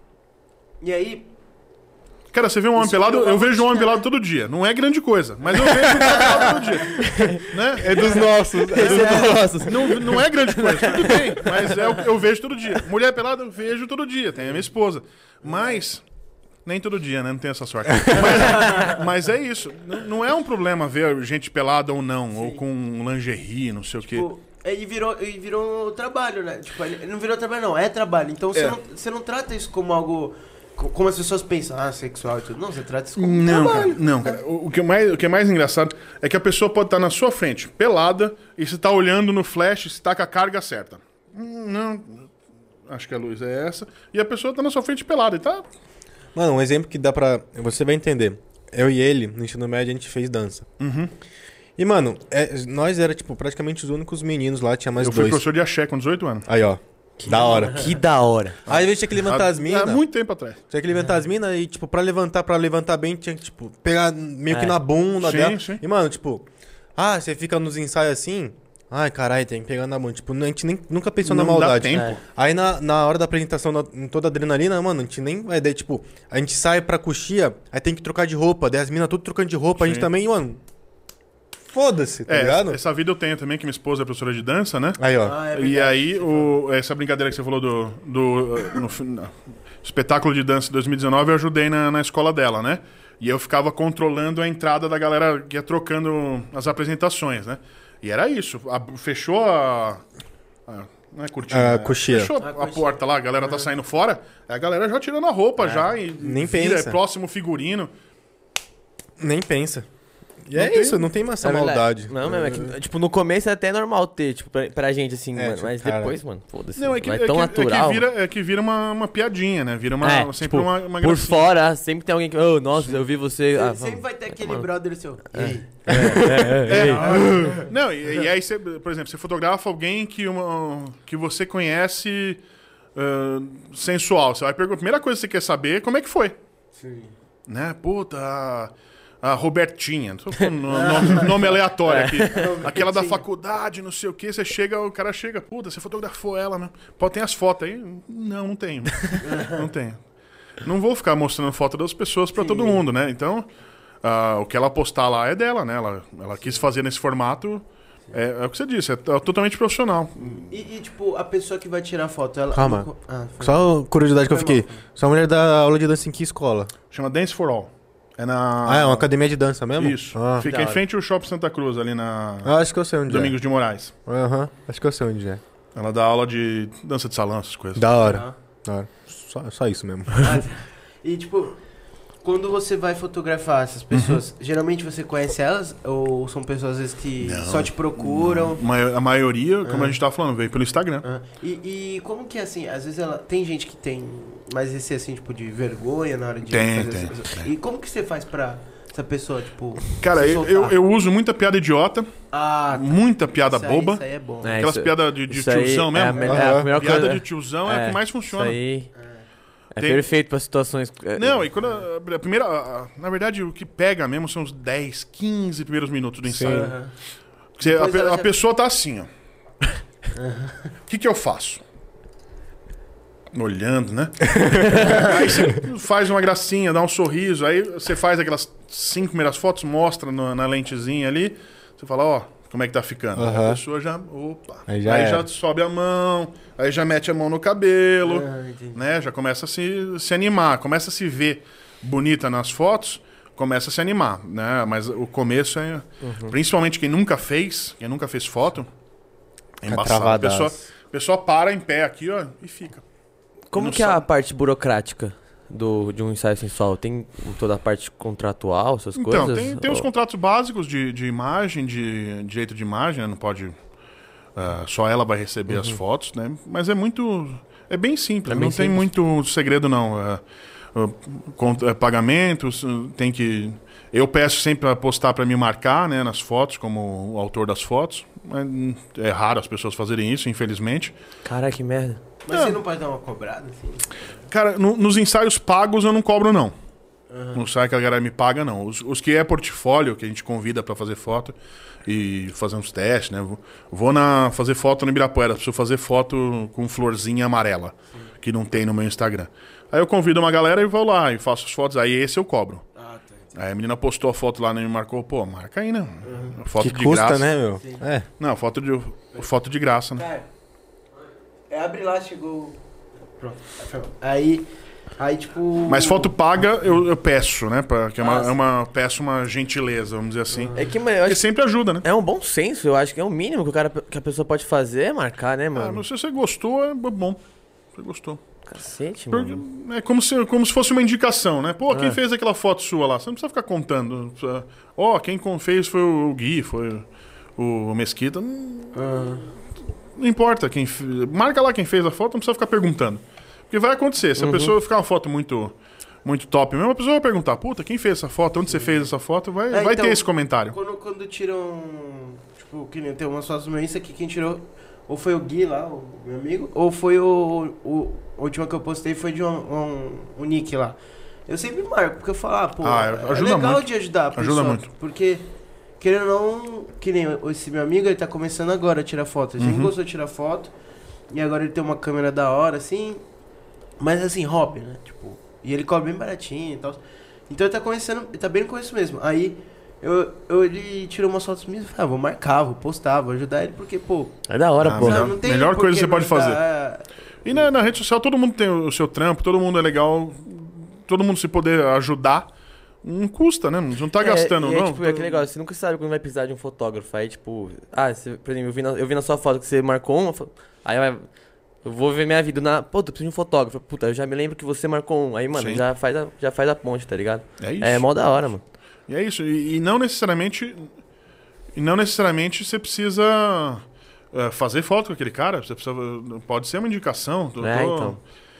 E aí, Cara, você vê um homem Isso pelado, virou eu uma vejo um homem rotina, pelado todo dia. Não é grande coisa, mas eu vejo um homem pelado todo dia. Né? É dos nossos. Não é grande coisa, tudo bem, mas é o que eu vejo todo dia. Mulher pelada eu vejo todo dia, tem a minha esposa. Mas, nem todo dia, né? Não tem essa sorte. Mas é isso. Não é um problema ver gente pelada ou não, ou com lingerie, não sei o quê. tipo, e virou trabalho, né? Tipo, ele não virou trabalho, não, é trabalho. Então você não trata isso como algo. Como as pessoas pensam, sexual e tudo. Não, você trata isso como Não, trabalho. cara, não, cara. O que é mais engraçado é que a pessoa pode estar na sua frente, pelada, e você tá olhando no flash se tá com a carga certa. Não, acho que a luz é essa. E a pessoa tá na sua frente pelada e tá... Mano, um exemplo que dá pra... Você vai entender. Eu e ele, no ensino médio, a gente fez dança. Uhum. E, mano, nós era, tipo, praticamente os únicos meninos lá, tinha mais Eu fui dois. professor de axé com 18 anos. Aí, ó. Da hora. Que da hora. Aí, às vezes, tinha que levantar as minas. Há muito tempo atrás. Tinha que levantar as minas e, tipo, pra levantar bem, tinha que, tipo, pegar meio que na bunda Sim, dela. sim. E, mano, tipo, você fica nos ensaios assim, ai, caralho, tem que pegar na mão. Tipo, a gente nunca pensou na Não dá maldade. tempo. É. Aí, na hora da apresentação, em toda a adrenalina, mano, a gente nem vai dar, tipo, a gente sai pra coxia, aí tem que trocar de roupa, daí as minas tudo trocando de roupa, a gente Sim. também, mano, foda-se, tá ligado? Essa vida eu tenho também, que minha esposa é professora de dança, né? Aí, ó. É E verdade. aí, essa brincadeira que você falou no espetáculo de dança de 2019, eu ajudei na escola dela, né? E eu ficava controlando a entrada da galera que ia trocando as apresentações, né? E era isso. Fechou não é cortina. A coxia. Fechou a porta lá, a galera tá saindo fora, a galera já tirando a roupa já e Nem vira, pensa. próximo figurino. Nem pensa. E Não é tem- isso, não tem mais essa É verdade. maldade. Não, mesmo, é que, tipo, no começo é até normal ter, tipo, pra gente, assim, mano. tipo, Mas cara. depois, mano, foda-se. Não, é que, Vai tão natural. é que vira uma piadinha, né? Vira sempre tipo, uma por gracinha. fora, sempre tem alguém que. Oh, nossa, eu vi você. Sempre vai ter aquele brother seu. Ei, Não, e aí você, por exemplo, você fotografa alguém que você conhece sensual. Você vai perguntar, a primeira coisa que você quer saber é como é que foi. Sim. Né? Puta, a Robertinha, tô falando nome aleatório aqui. Aquela da faculdade, não sei o que, o cara chega, puta, você fotografou ela, né? Pode ter as fotos aí? Não tenho. Não tenho. Não vou ficar mostrando foto das pessoas pra todo mundo, né? Então, o que ela postar lá é dela, né? Ela quis fazer nesse formato, é o que você disse, é totalmente profissional. E, tipo, a pessoa que vai tirar foto, ela... Calma. Foi. Só curiosidade que eu Foi fiquei. mal. Sua mulher dá aula de dança em que escola? Chama Dance for All. É na... É uma academia de dança mesmo? Isso. Ah, Fica da em hora. frente ao Shopping Santa Cruz, ali na acho que eu sei onde Domingos de Moraes. é. Aham, acho que eu sei onde é. Ela dá aula de dança de salão, essas coisas. Da hora. Ah. Da hora. Só isso mesmo. E, tipo, quando você vai fotografar essas pessoas, geralmente você conhece elas? Ou são pessoas, às vezes, que Não, só te procuram? A maioria, como a gente tava falando, veio pelo Instagram. E como que é assim? Às vezes tem gente que tem mais esse assim, tipo, de vergonha na hora de Tem, fazer tem, essas... E como que você faz pra essa pessoa, tipo. Cara, se soltar? eu uso muita piada idiota, Ah, tá. muita piada Isso aí- boba. Isso aí é bom. É, Aquelas isso- piadas de isso aí tiozão é mesmo. a melhor Piada coisa. de tiozão é a que mais funciona. Isso aí é Tem- perfeito pra situações. Não, e quando a primeira. Na verdade, o que pega mesmo são os 10, 15 primeiros minutos do ensaio. Aham. Porque Depois ela a já- pessoa tá assim, ó. O que eu faço? Olhando, né? Aí você faz uma gracinha, dá um sorriso, aí você faz aquelas 5 primeiras fotos, mostra na lentezinha ali, você fala, ó, como é que tá ficando? Aí Aham. a pessoa já, opa, Aí já era. sobe a mão, aí já mete a mão no cabelo, Ah, entendi. né? Já começa a se animar, começa a se ver bonita nas fotos, começa a se animar, né? Mas o começo é, principalmente quem nunca fez foto, é Fica embaçado. A travadaço. pessoa para em pé aqui, ó, e fica. Como Não que é a sabe. parte burocrática de um ensaio sensual? Tem toda a parte contratual, essas Então, coisas? tem os Ou- contratos básicos de imagem, de direito de imagem, né? Não pode Só ela vai receber as fotos, né? Mas é muito... É bem simples, É bem não tem simples. muito segredo, não. Pagamentos, tem que... Eu peço sempre para postar para me marcar, né, nas fotos, como o autor das fotos. Mas é raro as pessoas fazerem isso, infelizmente. Caralho, que merda. Mas você não pode dar uma cobrada, assim? Cara, nos ensaios pagos eu não cobro, não. Não sai que a galera me paga, não. Os que é portfólio, que a gente convida para fazer foto e fazer uns testes, né? Vou fazer foto no Ibirapuera, preciso fazer foto com florzinha amarela, que não tem no meu Instagram. Aí eu convido uma galera e vou lá e faço as fotos, aí esse eu cobro. Ah, tá. Aí a menina postou a foto lá, né, e me marcou, pô, marca aí, né? Foto Que de custa, graça. né, meu? Sim. É. Não, foto de graça, né? Cara, abre lá, chegou... Pronto. Aí, tipo... Mas foto paga eu peço, né? Que peço uma gentileza, vamos dizer assim. É que, mano, eu Porque acho sempre ajuda, né? que é um bom senso, eu acho que é o mínimo que a pessoa pode fazer é marcar, né, Ah, mano? mas se você gostou, é bom. Você gostou. Cacete, Porque mano. é como se fosse uma indicação, né? Pô, quem É. fez aquela foto sua lá? Você não precisa ficar contando. Ó, quem fez foi o Gui, foi o Mesquita. Não importa quem... Marca lá quem fez a foto, não precisa ficar perguntando. Porque vai acontecer. Se a pessoa ficar uma foto muito top mesmo, a pessoa vai perguntar, puta, quem fez essa foto? Onde você fez essa foto? Vai então, ter esse comentário. Quando tiram... Tipo, que nem tem umas fotos no meu Insta que quem tirou... Ou foi o Gui lá, o meu amigo, ou foi a última que eu postei foi de um Nick lá. Eu sempre marco, porque eu falo, pô, ajuda é legal muito. de ajudar a pessoa. Ajuda muito. Porque, querendo ou não, que nem esse meu amigo, ele tá começando agora a tirar foto. Ele sempre gostou de tirar foto, e agora ele tem uma câmera da hora, assim, mas assim, hobby, né? Tipo, e ele cobra bem baratinho e tal. Então ele tá começando, ele tá bem no começo mesmo. Aí... ele tirou umas fotos minhas e falei, vou marcar, vou postar, vou ajudar ele, porque, pô... É da hora, pô. melhor- não tem melhor por coisa que que você pode não fazer. ajudar. E na rede social todo mundo tem o seu trampo, todo mundo é legal, todo mundo se poder ajudar, não custa, né? Não tá gastando, e é, não. tipo, é aquele negócio, você nunca sabe quando vai precisar de um fotógrafo. Aí, tipo, por exemplo, eu vi na sua foto que você marcou uma, aí eu vou ver minha vida pô, tu precisa de um fotógrafo. Puta, eu já me lembro que você marcou um. Aí, mano, Sim. já faz a ponte, tá ligado? É isso. É mó da hora, mano. E é isso. E não necessariamente você precisa fazer foto com aquele cara. Você precisa, pode ser uma indicação. Então.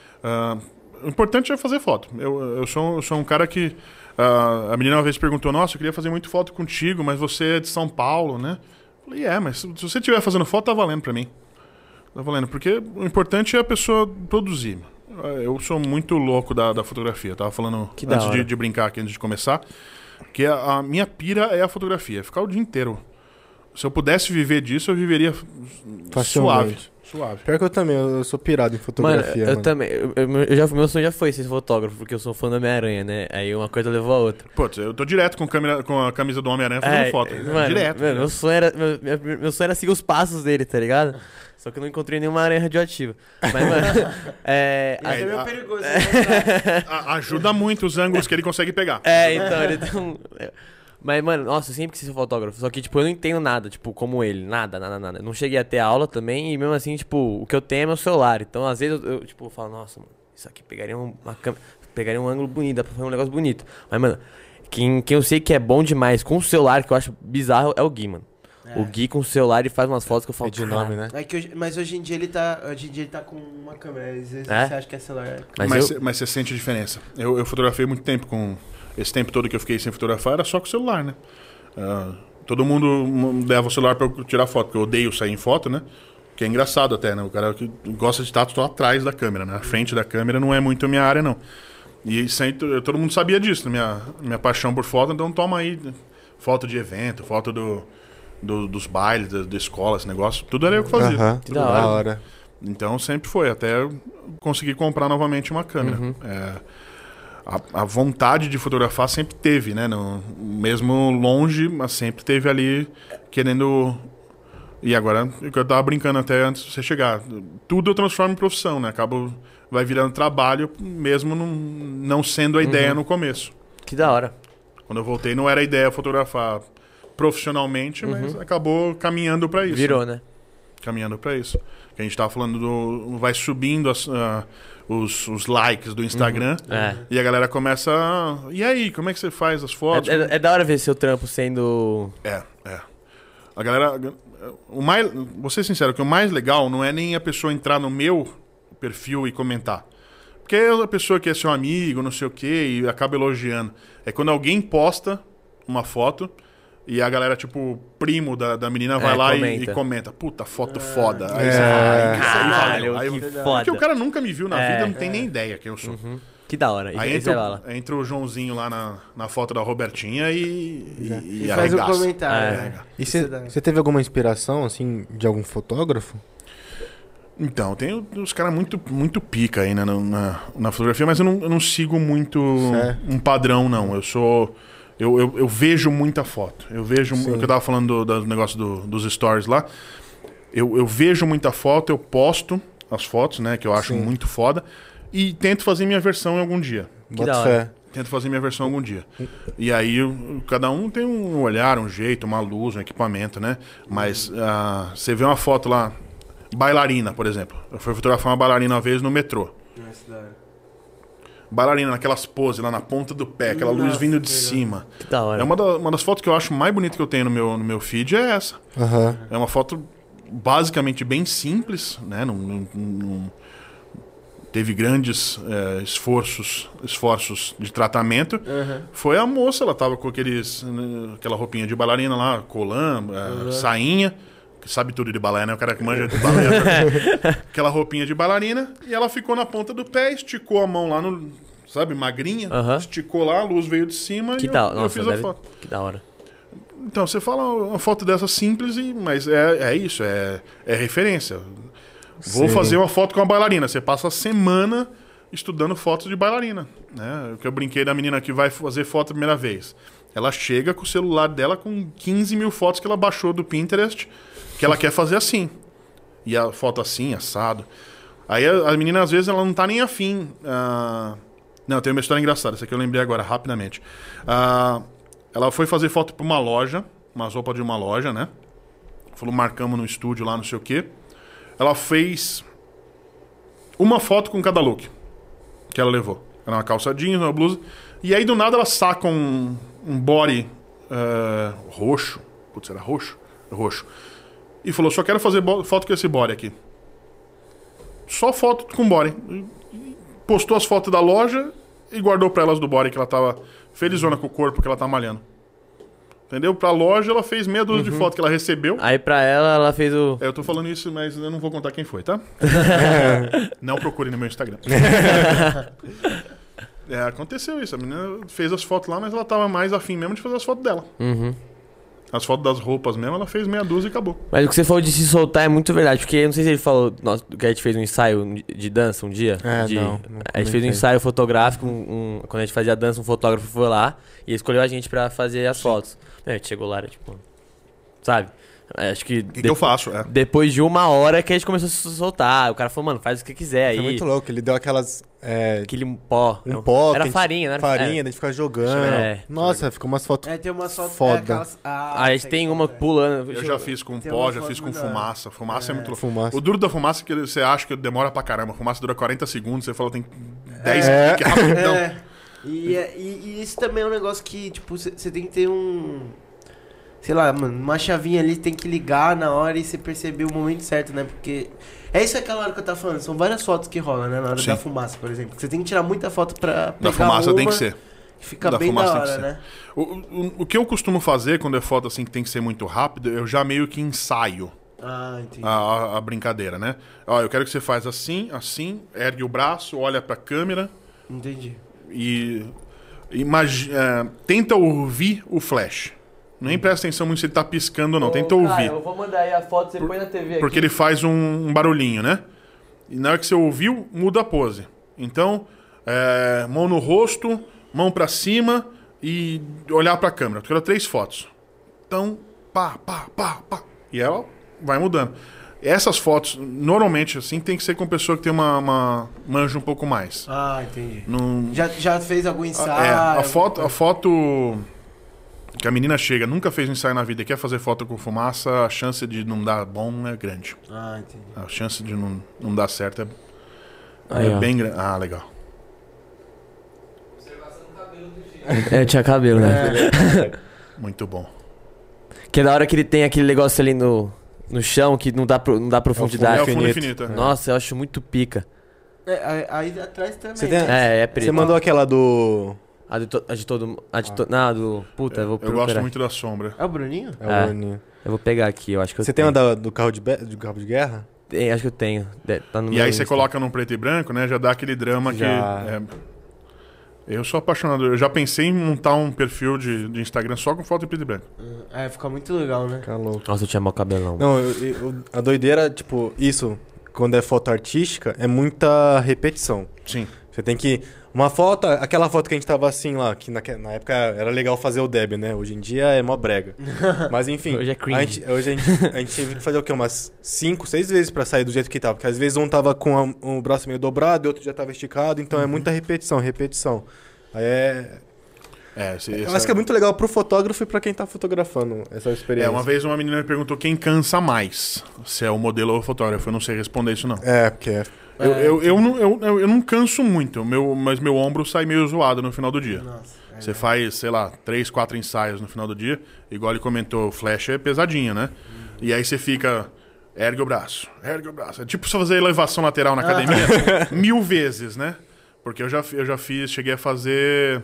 O importante é fazer foto. Eu sou um cara que... a menina uma vez perguntou, nossa, eu queria fazer muito foto contigo, mas você é de São Paulo, né? Eu falei, mas se você estiver fazendo foto, tá valendo pra mim. Tá valendo, porque o importante é a pessoa produzir. Eu sou muito louco da fotografia. Eu tava falando Que da antes hora. de brincar aqui, antes de começar, que a minha pira é a fotografia. Ficar o dia inteiro. Se eu pudesse viver disso, eu viveria suave. Facilmente. Pior que eu também, eu sou pirado em fotografia, eu também. Meu sonho já foi ser fotógrafo, porque eu sou fã da Homem-Aranha, né? Aí uma coisa levou a outra. Putz, eu tô direto com a camisa do Homem-Aranha fazendo foto. Mano, Direto. mano, meu sonho era seguir os passos dele, tá ligado? Só que eu não encontrei nenhuma aranha radioativa. Mas, mano, Isso é meio perigoso. Né? Ajuda muito os ângulos que ele consegue pegar. então, ele tem um... Mas, mano, nossa, eu sempre quis ser fotógrafo. Só que, tipo, eu não entendo nada, tipo, como ele. Nada. Eu não cheguei a ter aula também. E mesmo assim, tipo, o que eu tenho é meu celular. Então, às vezes, eu tipo, falo, nossa, mano, isso aqui pegaria uma câmera... Pegaria um ângulo bonito, dá pra fazer um negócio bonito. Mas, mano, quem eu sei que é bom demais com o celular, que eu acho bizarro, é o Gui, mano. O Gui com o celular, ele faz umas fotos que eu falo... de nome, né? Mas hoje em dia ele tá com uma câmera. Às vezes É? você acha que é celular. Mas Mas você sente a diferença. Eu fotografei muito tempo com... Esse tempo todo que eu fiquei sem fotografar era só com o celular, né? Todo mundo leva o celular pra eu tirar foto, porque eu odeio sair em foto, né? Que é engraçado até, né? O cara que gosta de estar só atrás da câmera, né? A frente da câmera não é muito a minha área, não. E sempre, todo mundo sabia disso, né? Minha paixão por foto, então toma aí foto de evento, foto dos bailes, da escola, esse negócio. Tudo era eu que fazia. Aham, Que da da hora. Então sempre foi, até eu conseguir comprar novamente uma câmera. A vontade de fotografar sempre teve, né? Mesmo longe, mas sempre teve ali querendo... E agora, o que eu tava brincando até antes de você chegar, tudo eu transformo em profissão, né? Vai virando trabalho, mesmo não sendo a ideia no começo. que da hora. Quando eu voltei, não era a ideia fotografar profissionalmente, mas acabou caminhando para isso. Virou, né? Caminhando para isso. Que a gente tava falando vai subindo os likes do Instagram e a galera começa e aí, como é que você faz as fotos? É da hora ver seu trampo sendo... A galera Vou ser sincero, que o mais legal não é nem a pessoa entrar no meu perfil e comentar. Porque a pessoa que é seu amigo, não sei o quê, e acaba elogiando. É quando alguém posta uma foto e a galera, tipo, primo da menina vai lá e comenta. Puta, foto foda. Aí você fala, caralho, aí que valeu. foda. Porque o cara nunca me viu na vida, não tem nem ideia quem eu sou. Que da hora. Aí Isso é bala. entra o Joãozinho lá na foto da Robertinha e faz um arregaça. comentário. É. né? E você teve alguma inspiração, assim, de algum fotógrafo? Então, tem os caras muito pica aí na fotografia, mas eu não sigo muito um padrão, não. Eu vejo muita foto. Eu vejo o que eu tava falando do negócio dos stories lá. Eu vejo muita foto, eu posto as fotos, né, que eu acho muito foda, e tento fazer minha versão em algum dia. Bota fé. Tento fazer minha versão algum dia. E aí, cada um tem um olhar, um jeito, uma luz, um equipamento, né? Mas você vê uma foto lá, bailarina, por exemplo. Eu fui fotografar uma bailarina uma vez no metrô. Bailarina naquelas poses lá na ponta do pé, aquela luz vindo de cima. Que da hora. É uma das fotos que eu acho mais bonitas que eu tenho no meu feed, é essa. Aham. É uma foto basicamente bem simples, né? Não teve grandes esforços de tratamento. Foi a moça, ela tava com aquela roupinha de bailarina lá, colã, sainha, que sabe tudo de balé, né? O cara que manja de balé. Aquela roupinha de bailarina, e ela ficou na ponta do pé, esticou a mão lá sabe, magrinha, esticou lá, a luz veio de cima e eu fiz a foto. Que da hora. Então, você fala uma foto dessa simples, mas é isso, é referência. Vou fazer uma foto com uma bailarina. Você passa a semana estudando fotos de bailarina, né? O que eu brinquei da menina que vai fazer foto a primeira vez. Ela chega com o celular dela com 15 mil fotos que ela baixou do Pinterest, que ela quer fazer assim. E a foto assim, assado. Aí a menina, às vezes, ela não tá nem afim. Não, tem uma história engraçada. Essa aqui eu lembrei agora, rapidamente. Ela foi fazer foto pra uma loja, umas roupas de uma loja, né? Falou, marcamos no estúdio lá, não sei o quê. Ela fez uma foto com cada look que ela levou. Era uma calça jeans, uma blusa. E aí, do nada, ela saca um body roxo. Putz, era roxo? Roxo. E falou, só quero fazer foto com esse body aqui. Só foto com body. Postou as fotos da loja e guardou pra elas do body, que ela tava felizona com o corpo que ela tá malhando. Entendeu? Pra loja, ela fez meia dúzia de fotos que ela recebeu. Aí pra ela fez o... Eu tô falando isso, mas eu não vou contar quem foi, tá? Não procure no meu Instagram. Aconteceu isso. A menina fez as fotos lá, mas ela tava mais afim mesmo de fazer as fotos dela. As fotos das roupas mesmo, ela fez meia dúzia e acabou. Mas o que você falou de se soltar é muito verdade, porque eu não sei se ele falou que a gente fez um ensaio de dança um dia. Não a gente fez um ensaio fotográfico, quando a gente fazia dança, um fotógrafo foi lá e escolheu a gente pra fazer as fotos. A gente chegou lá, era tipo... Sabe? Acho que... O que eu faço? Depois de uma hora que a gente começou a se soltar. O cara falou, mano, faz o que quiser aí. Foi muito louco, ele deu aquelas... Aquele pó. pó. Era farinha, né? Farinha, daí ficar jogando. Nossa, ficou umas fotos tem uma foto foda. A gente tem uma pulando. Eu já fiz com Tem pó, uma já fiz foto com da hora. fumaça. Fumaça é muito louco. Fumaça. O duro da fumaça é que você acha que demora pra caramba. A fumaça dura 40 segundos, você fala tem 10 que rapidão. E isso também é um negócio que, tipo, você tem que ter sei lá, mano, uma chavinha ali, tem que ligar na hora e você perceber o momento certo, né? Porque é isso aquela hora que eu tava falando, são várias fotos que rolam, né? Na hora da fumaça, por exemplo. Você tem que tirar muita foto pra pegar Da fumaça tem que ser. E fica Da bem fumaça da tem que hora, ser. né? O que eu costumo fazer quando é foto assim que tem que ser muito rápido, eu já meio que ensaio Entendi. a brincadeira, né? Ó, eu quero que você faz assim, ergue o braço, olha pra câmera Entendi. e tenta ouvir o flash. Nem presta atenção muito se ele tá piscando ou não, tenta ouvir. Eu vou mandar aí a foto, você põe na TV Porque ele faz um barulhinho, né? E na hora que você ouviu, muda a pose. Então, mão no rosto, mão pra cima e olhar pra câmera. Eu quero 3 fotos. Então, pá. E ela vai mudando. Essas fotos, normalmente, assim, tem que ser com pessoa que tem uma manja um pouco mais. Entendi. Não... Já fez algum ensaio? A foto que a menina chega, nunca fez um ensaio na vida e quer fazer foto com fumaça, a chance de não dar bom é grande. Entendi. A chance de não dar certo Aí, ó. bem grande. Legal. Observação do cabelo do Gil. Eu tinha cabelo, né? Muito bom. Que é da hora que ele tem aquele negócio ali no chão, que não dá profundidade. É o fundo infinito. Nossa, eu acho muito pica. Aí atrás também. Você tem- É preto. Você mandou aquela do... Não, do... Puta, eu vou Eu procurar. gosto muito da sombra. É o Bruninho? É. o Bruninho. Eu vou pegar aqui, eu acho que eu Você tem tenho. uma do carro de guerra? Acho que eu tenho. Tá no E meu aí você Insta. coloca num preto e branco, né? Já dá aquele drama Já. que... Eu sou apaixonado. Eu já pensei em montar um perfil de Instagram só com foto em preto e branco. É, fica muito legal, né? Fica louco. Nossa, eu tinha mau cabelão. Não, a doideira, tipo, isso, quando é foto artística, é muita repetição. Sim. Você tem que... Uma foto, aquela foto que a gente tava assim lá, que na época era legal fazer o deb, né? Hoje em dia é mó brega. Mas enfim, Hoje é cringe. hoje a gente teve que fazer o quê? Umas 5, 6 vezes pra sair do jeito que tava. Porque às vezes um tava com o braço meio dobrado e outro já tava esticado, então é muita repetição. Aí eu acho que é muito legal pro fotógrafo e pra quem tá fotografando essa experiência. Uma vez uma menina me perguntou quem cansa mais, se é o modelo ou o fotógrafo. Eu não sei responder isso, não. Porque Eu não canso muito, mas meu ombro sai meio zoado no final do dia. Nossa. Você faz, sei lá, 3, 4 ensaios no final do dia. Igual ele comentou, o flash é pesadinho, né? E aí você fica... Ergue o braço. É tipo só fazer elevação lateral na academia 1000 vezes, né? Porque eu já fiz, cheguei a fazer...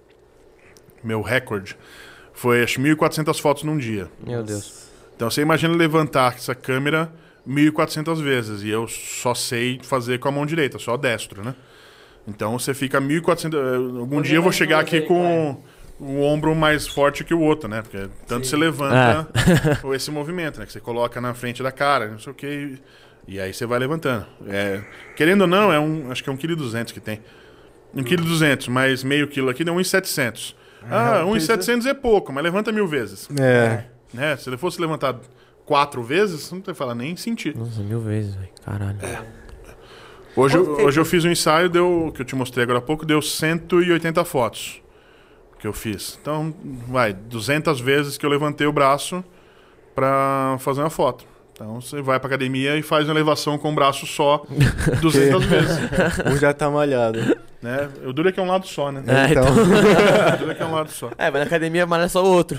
Meu recorde foi, acho, 1.400 fotos num dia. Meu Deus. Então você imagina levantar essa câmera 1.400 vezes. E eu só sei fazer com a mão direita, só destro, né? Então você fica 1.400... Algum dia eu vou chegar aqui com o ombro mais forte que o outro, né? Porque tanto você levanta esse movimento, né? Que você coloca na frente da cara, não sei o que... E aí você vai levantando. Querendo ou não, acho que é 1,2 kg que tem. 1,2 kg, mais meio quilo aqui dá 1,700. 1,700 é pouco, mas levanta 1000 vezes. Né? Se ele fosse levantar 4 vezes, você não tem que falar nem sentir. Nossa, 1000 vezes, velho. Caralho. Hoje eu fiz um ensaio, que eu te mostrei agora há pouco, deu 180 fotos que eu fiz. Então, 200 vezes que eu levantei o braço pra fazer uma foto. Então você vai pra academia e faz uma elevação com o braço só 200 vezes. Um já tá malhado. Né? O duro é que é um lado só, né? Então. O duro é que é um lado só. Vai na academia, mas não é só o outro.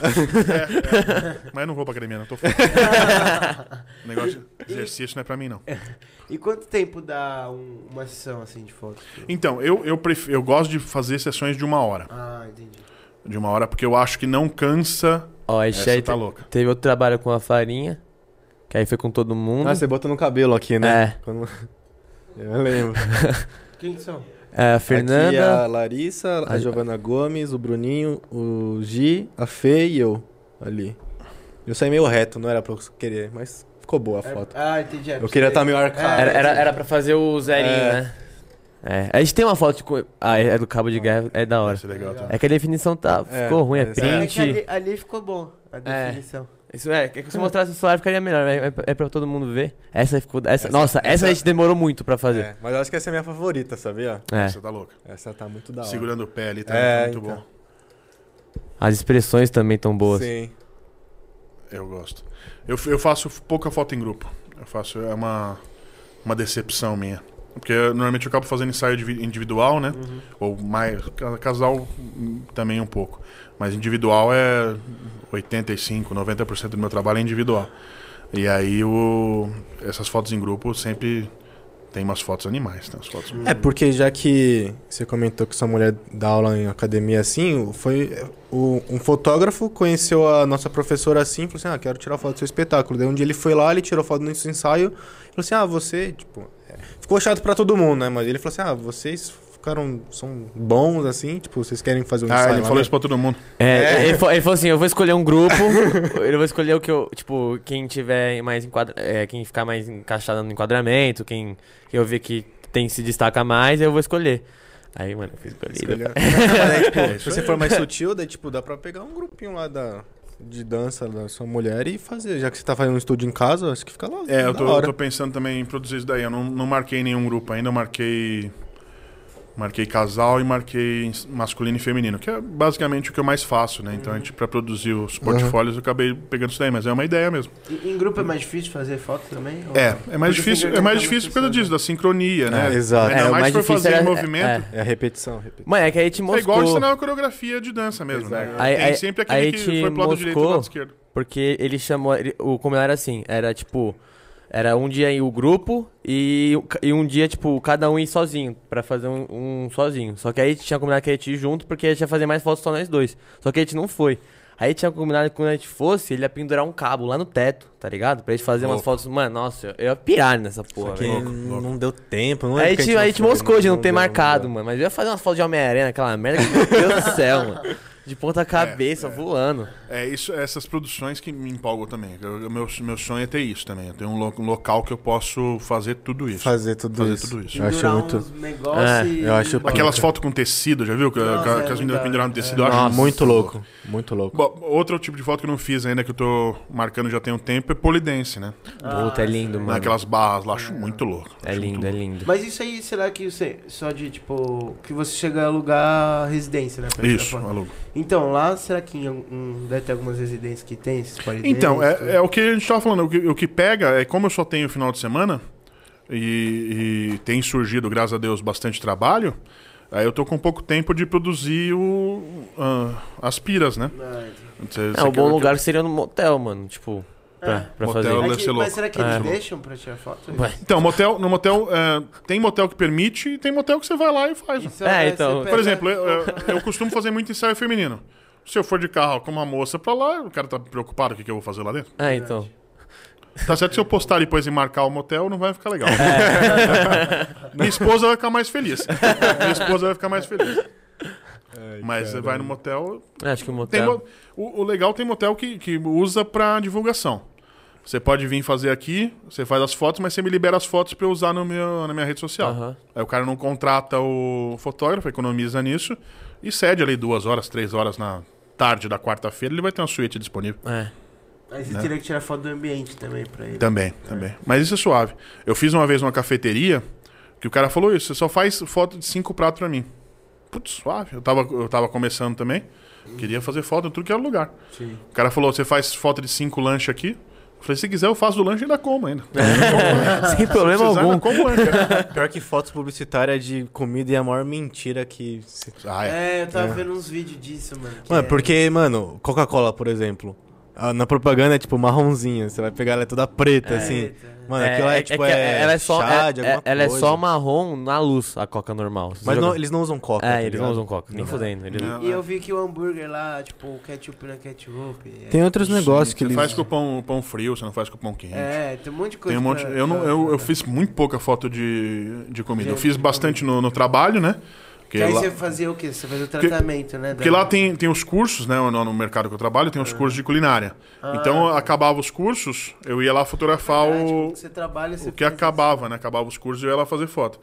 Mas eu não vou pra academia, não. Tô fora. O negócio de exercício não é pra mim, não. E quanto tempo dá uma sessão assim de foto? Então, eu gosto de fazer sessões de 1 hora. Ah, entendi. De 1 hora, porque eu acho que não cansa. Ó, Essa aí tá louca. teve outro trabalho com a farinha, que aí foi com todo mundo. Você botou no cabelo aqui, né? Eu lembro. Quem que são? A Fernanda. Aqui a Larissa, a Giovana Gomes, o Bruninho, o Gi, a Fê e eu ali. Eu saí meio reto, não era pra eu querer, mas ficou boa a foto. Ah, entendi. Eu queria estar meio arcado. Era pra fazer o zerinho, né? A gente tem uma foto é do cabo de guerra, é da hora. Isso é legal, tá? É que a definição ficou ruim, é print. É que ali ficou bom, a definição. Isso é que se mostrasse o celular ficaria melhor, é pra todo mundo ver. Essa ficou. Nossa, essa a gente demorou muito pra fazer. Mas eu acho que essa é a minha favorita, sabia? Essa tá louca. Essa tá muito da hora. Segurando o pé ali, tá muito bom. As expressões também tão boas. Sim. Eu gosto. Eu faço pouca foto em grupo. É uma decepção minha. Porque normalmente eu acabo fazendo ensaio individual, né? Ou mais. Casal também um pouco. Mas individual é 85%, 90% do meu trabalho é individual. E aí essas fotos em grupo sempre tem umas fotos animais, né? As fotos... Porque já que você comentou que sua mulher dá aula em academia assim, um fotógrafo conheceu a nossa professora assim e falou assim, quero tirar foto do seu espetáculo. Daí um dia ele foi lá, ele tirou foto do nosso ensaio e falou assim, você, tipo... Ficou chato pra todo mundo, né? Mas ele falou assim, vocês são bons, assim, tipo, vocês querem fazer um ensaio? ele falou isso pra todo mundo. Ele falou assim, eu vou escolher um grupo, eu vou escolher o que eu, tipo, quem tiver mais quem ficar mais encaixado no enquadramento, quem eu ver que se destaca mais, eu vou escolher. Aí, mano, eu fui escolhido. Se você for mais sutil, daí, tipo, dá pra pegar um grupinho lá de dança da sua mulher e fazer. Já que você tá fazendo um estúdio em casa, acho que fica lá. Eu tô pensando também em produzir isso daí. Eu não marquei nenhum grupo ainda, eu marquei casal e marquei masculino e feminino, que é basicamente o que eu mais faço, né? Então, pra produzir os portfólios, eu acabei pegando isso daí, mas é uma ideia mesmo. E em grupo é mais difícil fazer foto também? É mais difícil por causa disso, da sincronia, né? Exato. Ainda mais mais se for difícil fazer movimento. É a repetição. Mano, é que aí te É mostrou... igual ensinar uma coreografia de dança mesmo, né? Tem sempre aquele que foi pro lado direito e pro lado esquerdo. porque ele chamou. O combinado era assim, era tipo. Era um dia o grupo e um dia, tipo, cada um ir sozinho, pra fazer um sozinho. Só que aí tinha combinado que a gente ir junto, porque a gente ia fazer mais fotos só nós dois. Só que a gente não foi. Aí tinha combinado que quando a gente fosse, ele ia pendurar um cabo lá no teto, tá ligado? Pra gente fazer umas fotos. Mano, nossa, eu ia pirar nessa porra, Porque velho. não deu tempo, não é? Aí a gente moscou de não ter deu, marcado, deu. mano. Mas eu ia fazer umas fotos de Homem-Aranha, aquela merda que, meu Deus do céu, mano. De ponta cabeça, voando. Essas produções que me empolgam também. Meu sonho é ter isso também. Eu tenho um local que eu posso fazer tudo isso. Fazer tudo isso. Eu acho muito... Eu acho Aquelas fotos com tecido, já viu? Que as meninas penduraram no tecido. Eu acho muito louco. Muito louco. Bom, outro tipo de foto que eu não fiz ainda, que eu tô marcando já tem um tempo, é polidense, né? Puta, é lindo, mano. Aquelas barras lá, acho muito louco. É lindo, é lindo. Mas isso aí, será que você, só de, tipo, que você chega a alugar residência, né? pra tirar Isso, foto? alugo. Então, lá, será que deve ter algumas residências que tem esses polidenses? Então, é o que a gente tava falando. O que pega é como eu só tenho final de semana e tem surgido, graças a Deus, bastante trabalho, aí eu tô com pouco tempo de produzir as piras, né? O bom lugar seria no motel, mano. Tipo, pra Motel fazer. deve ser louco. Mas será que eles deixam pra tirar foto? Ué. Então, no motel tem motel que permite e tem motel que você vai lá e faz. Isso então, você Por pega- exemplo, eu costumo fazer muito ensaio feminino. Se eu for de carro com uma moça pra lá, o cara tá preocupado com o que eu vou fazer lá dentro. Então. Tá certo que se eu postar depois e marcar o motel, não vai ficar legal. Minha esposa vai ficar mais feliz. Mas você vai no motel... Acho que o Tem motel. o legal tem motel que usa pra divulgação. Você pode vir fazer aqui, você faz as fotos, mas você me libera as fotos pra eu usar na minha rede social. Aham. Aí o cara não contrata o fotógrafo, economiza nisso e cede ali 2 horas, 3 horas na tarde da quarta-feira, ele vai ter uma suíte disponível. Aí você teria que tirar foto do ambiente também pra ele. Também. Mas isso é suave. Eu fiz uma vez uma cafeteria que o cara falou isso, você só faz foto de 5 pratos pra mim. Putz, suave. Eu tava começando também, queria fazer foto em tudo que era lugar. Sim. O cara falou, você faz foto de 5 lanches aqui? Eu falei, se quiser eu faço do lanche e ainda como ainda. Sem problema Se precisar, algum. ainda como lanche. Pior que fotos publicitárias de comida é a maior mentira que... Eu tava vendo uns vídeos disso, mano. Mano, porque, mano, Coca-Cola, por exemplo, na propaganda é tipo marronzinha, você vai pegar ela é toda preta, assim. Mano, aquilo é tipo ela é só, chá de alguma ela é coisa. só marrom na luz, a coca normal. Se Mas você não, jogar- eles não usam Coca, tá eles não ligado? usam coca, nem fudendo. Eles- Não. E eu vi que o hambúrguer lá, tipo, o ketchup na ketchup. Tem outros negócios que Você eles... faz com o pão frio, você não faz com o pão quente. Tem um monte de coisa. Tem um monte. Eu fiz muito pouca foto de comida. Eu fiz bastante no trabalho, né? Que aí você fazia o quê? Você fazia o tratamento, né? Porque lá tem os cursos, né? No mercado que eu trabalho, tem os cursos de culinária. Então, acabava os cursos, eu ia lá fotografar Você trabalha, você o que faz acabava, né? Acabava os cursos e eu ia lá fazer foto.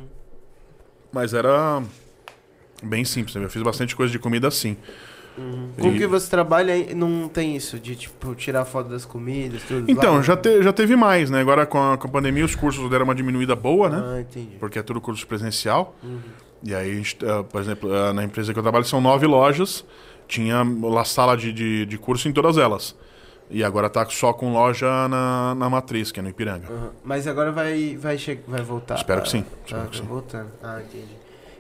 Mas era bem simples, né? Eu fiz bastante coisa de comida assim. Com que você trabalha, não tem isso de, tipo, tirar foto das comidas, tudo? Então, lá? já teve mais, né? Agora com a pandemia os cursos deram uma diminuída boa, né? Entendi. Porque é tudo curso presencial. E aí, a gente, por exemplo, na empresa que eu trabalho são 9 lojas. Tinha lá sala de curso em todas elas. E agora tá só com loja na Matriz, que é no Ipiranga. Mas agora vai voltar. Espero que sim. Espero que Tá sim. voltando. Entendi.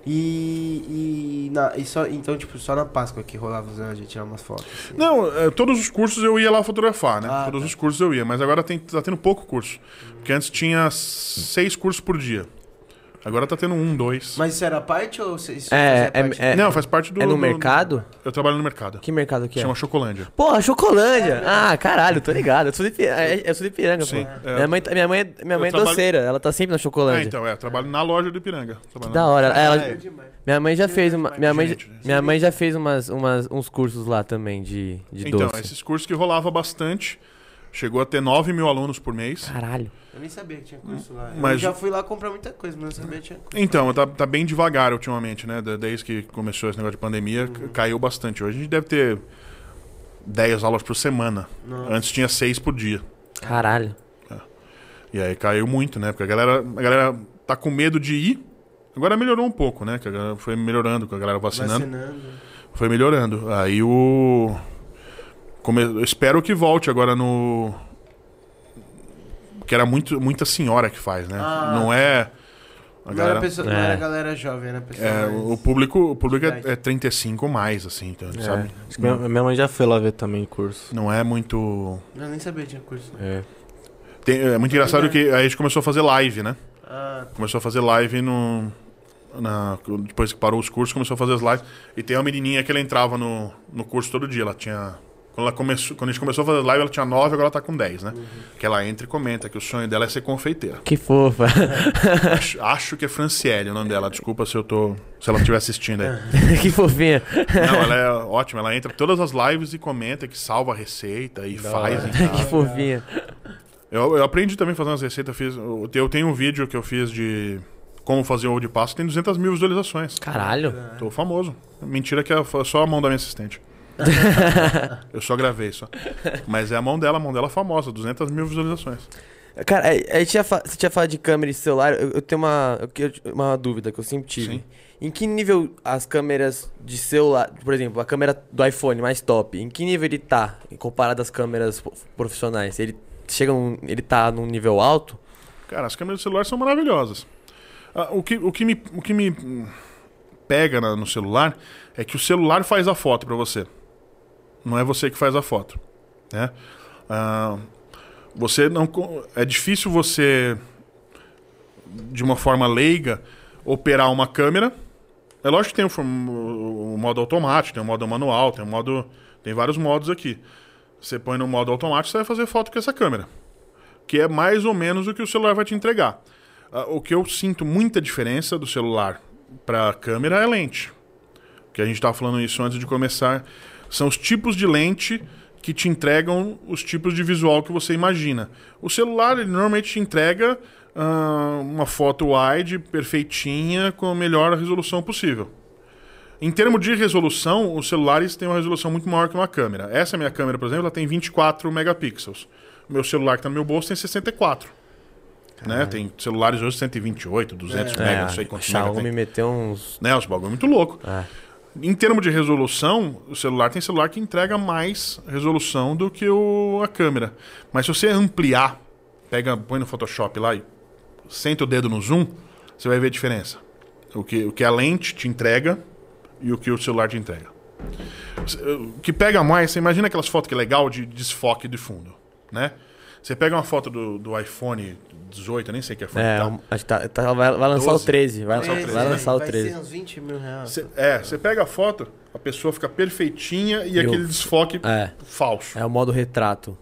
Então, tipo, só na Páscoa que rolava os anos de tirar umas fotos. Assim. Não, todos os cursos eu ia lá fotografar, né? Todos tá. os cursos eu ia, mas agora tá tendo pouco curso. Porque antes tinha 6 cursos por dia. Agora tá tendo 1, 2. Mas isso era a parte ou isso É, fazia parte? Não, faz parte do... É no do- mercado? Eu trabalho no mercado. Que mercado que é? Chama Chocolândia. Porra, Chocolândia! Caralho, tô ligado. Eu sou de Ipiranga, Sim, pô. é. Minha mãe é trabalho- doceira, ela tá sempre na Chocolândia. Então, trabalho na loja do Ipiranga. Trabalho Da na- hora. Demais. Minha mãe já fez Gente, minha mãe já fez uns cursos lá também de Então, doce. esses cursos que rolava bastante. Chegou a ter 9 mil alunos por mês. Caralho. Eu nem sabia que tinha curso lá. Eu Mas- já fui lá comprar muita coisa, mas não sabia que tinha curso. Então, tá bem devagar ultimamente, né? Desde que começou esse negócio de pandemia, caiu bastante. Hoje a gente deve ter 10 aulas por semana. Nossa. Antes tinha 6 por dia. Caralho. E aí caiu muito, né? Porque a galera tá com medo de ir. Agora melhorou um pouco, né? Que a galera foi melhorando com a galera vacinando. Foi melhorando. Aí eu espero que volte agora que era muita senhora que faz, né? Não é A Não era, galera, não era galera jovem, era pessoa mais... o público idade. é 35 mais, assim, então, sabe? Acho que minha mãe já foi lá ver também curso. Não é muito... Eu nem sabia que tinha curso. É. É muito engraçado que aí a gente começou a fazer live, né? Ah, Começou a fazer live depois que parou os cursos, começou a fazer as lives. E tem uma menininha que ela entrava no curso todo dia. Ela tinha... Quando a gente começou a fazer live, ela tinha 9, agora ela tá com 10, né? Que ela entra e comenta que o sonho dela é ser confeiteira. Que fofa. Acho que é Franciele o nome dela. Desculpa se ela estiver assistindo aí. Que fofinha. Não, ela é ótima. Ela entra em todas as lives e comenta que salva a receita e faz. em Que casa. fofinha. Eu aprendi também a fazer umas receitas. Eu tenho um vídeo que eu fiz de como fazer ovo de Páscoa. Tem 200 mil visualizações. Caralho. Tô famoso. Mentira que é só a mão da minha assistente. Eu só gravei, só. Mas é a mão dela famosa. 200 mil visualizações. Cara, você tinha falado de câmera e celular. Eu tenho uma dúvida que eu sempre tive. Sim. Em que nível as câmeras de celular, por exemplo, a câmera do iPhone mais top, em que nível ele tá comparado às câmeras profissionais? Ele tá num nível alto? Cara, as câmeras do celular são maravilhosas. O que me pega no celular é que o celular faz a foto pra você. Não é você que faz a foto, né? É difícil você, de uma forma leiga, operar uma câmera. É lógico que tem o modo automático, tem o modo manual, tem vários modos aqui. Você põe no modo automático, você vai fazer foto com essa câmera, que é mais ou menos o que o celular vai te entregar. O que eu sinto muita diferença do celular para a câmera é a lente. Que a gente estava falando isso antes de começar. São os tipos de lente que te entregam os tipos de visual que você imagina. O celular, ele normalmente te entrega uma foto wide, perfeitinha, com a melhor resolução possível. Em termos de resolução, os celulares têm uma resolução muito maior que uma câmera. Essa minha câmera, por exemplo, ela tem 24 megapixels. O meu celular que está no meu bolso tem 64. Né? Tem celulares hoje 128, 200 mega, não sei quantos mega Xiaomi tem. meteu uns... Né? Os bagulho é muito louco. Em termos de resolução, tem celular que entrega mais resolução do que a câmera. Mas se você ampliar, põe no Photoshop lá e senta o dedo no zoom, você vai ver a diferença. O que a lente te entrega e o que o celular te entrega. O que pega mais, você imagina aquelas fotos que é legal de desfoque de fundo, né? Você pega uma foto do iPhone 18, eu nem sei que iPhone acho que vai lançar 12. o 13. Vai Vai lançar o Vai 13. ser uns 20 mil reais. Você pega a foto, a pessoa fica perfeitinha e aquele desfoque falso. É o modo retrato.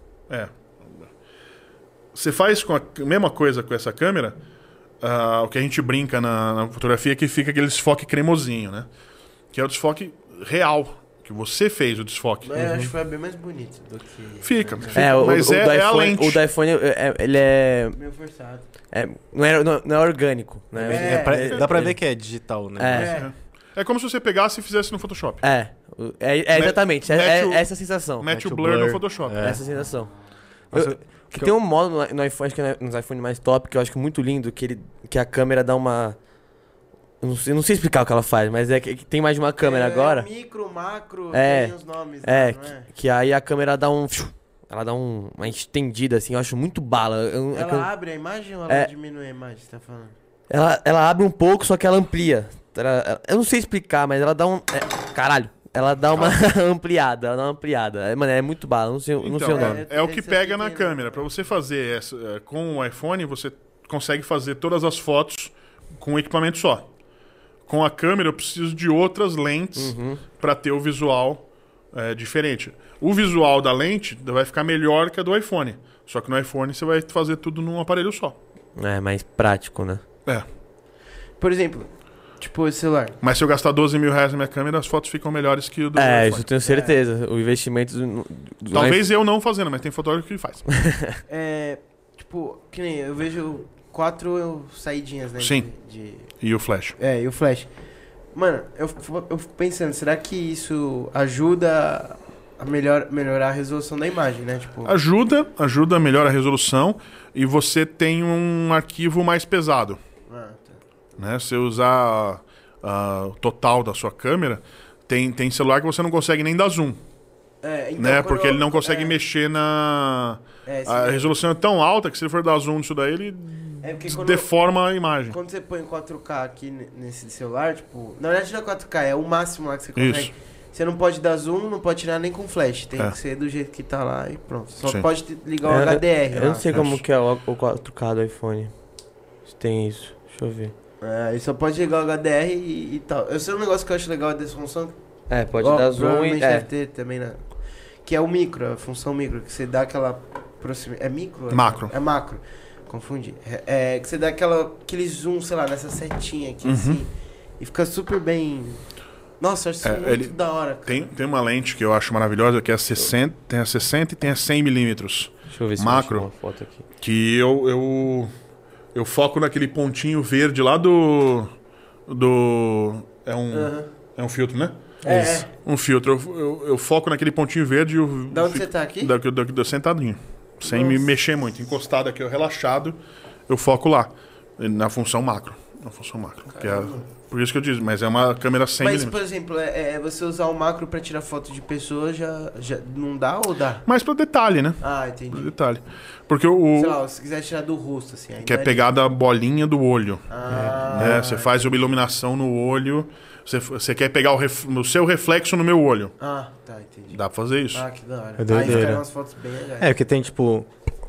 Você faz com a mesma coisa com essa câmera, o que a gente brinca na fotografia é que fica aquele desfoque cremosinho, né? Que é o desfoque real, que você fez o desfoque. Mas eu acho que foi bem mais bonito do que... Fica, Mas é a lente. O do iPhone, ele é... Meio forçado. Não é orgânico, né? Dá pra ver que é digital, né? É como se você pegasse e fizesse no Photoshop. Exatamente. Essa sensação. Mete o blur no Photoshop. Essa sensação. Nossa, Que tem um modo no iPhone, acho que é nos iPhone mais top, que eu acho muito lindo, que a câmera dá uma... Eu não sei explicar o que ela faz, mas é que tem mais de uma câmera agora. Micro, macro, É, tem os nomes. É, lá, não é? que aí a câmera dá um... Ela dá uma estendida, assim, eu acho muito bala. Ela abre a imagem ou ela diminui a imagem, você tá falando? Ela abre um pouco, só que ela amplia. Eu não sei explicar, mas ela dá um... caralho! Ela dá uma ampliada, Mano, é muito bala, não sei o nome. É o que Esse pega aqui na tem- câmera. Pra você fazer com o iPhone, você consegue fazer todas as fotos com um equipamento só. Com a câmera, eu preciso de outras lentes pra ter o visual diferente. O visual da lente vai ficar melhor que a do iPhone. Só que no iPhone você vai fazer tudo num aparelho só. É mais prático, né? Por exemplo, tipo esse celular. Mas se eu gastar 12 mil reais na minha câmera, as fotos ficam melhores que o do Isso iPhone. eu tenho certeza. O investimento do Talvez eu não fazendo, mas tem fotógrafo que faz. Tipo, que nem eu vejo 4 saidinhas, né? Sim. E o flash. E o flash. Mano, eu fico pensando, será que isso ajuda a melhorar a resolução da imagem, né? Tipo, Ajuda, melhora a resolução e você tem um arquivo mais pesado. tá. Né? Se você usar o total da sua câmera, tem celular que você não consegue nem dar zoom. Então, Né? quando Porque eu- ele não consegue mexer na... sim. A resolução é tão alta que se ele for dar zoom nisso daí, ele É porque quando, deforma a imagem. quando você põe 4K aqui nesse celular, tipo... Na verdade não é 4K, é o máximo lá que você consegue. Isso. Você não pode dar zoom, não pode tirar nem com flash. Tem É. que ser do jeito que tá lá e pronto. Só Sim. pode ligar o HDR Eu lá. não sei como que é o 4K do iPhone. Se tem isso. Deixa eu ver. É, e só pode ligar o HDR e tal. Eu sei um negócio que eu acho legal dessa função. É, pode Ó, dar zoom e... provavelmente É. deve ter também, né? Que é o micro, a função micro, que você dá aquela proximidade. É micro? Macro. É macro. Confundi. É que você dá aquele zoom, sei lá, nessa setinha aqui, assim. E fica super bem. Nossa, eu acho isso muito ele da hora. Cara. Tem uma lente que eu acho maravilhosa, que é a 60, tem a 60 e tem a 100 milímetros. Deixa eu ver se Macro. eu acho uma foto aqui. Que eu foco naquele pontinho verde lá do... É um filtro, né? É. Um filtro. Eu foco naquele pontinho verde e eu Da onde você tá aqui? sentadinho. Sem me mexer muito. Encostado aqui, relaxado, eu foco lá. Na função macro. Na função macro. Que é, por isso que eu disse, mas é uma câmera 100 Mas, mm. por exemplo, você usar o macro pra tirar foto de pessoas já não dá ou dá? Mas pra detalhe, né? Ah, Pra entendi. detalhe. Porque o... Sei lá, se quiser tirar do rosto, assim. aí Que é daria. pegar da bolinha do olho. Ah, Né? Você faz uma iluminação no olho. Você quer pegar o seu reflexo no meu olho. tá, entendi. Dá pra fazer isso. Ah, que da hora. É Aí doideira. ficaram umas fotos bem legais. É, porque tem, tipo...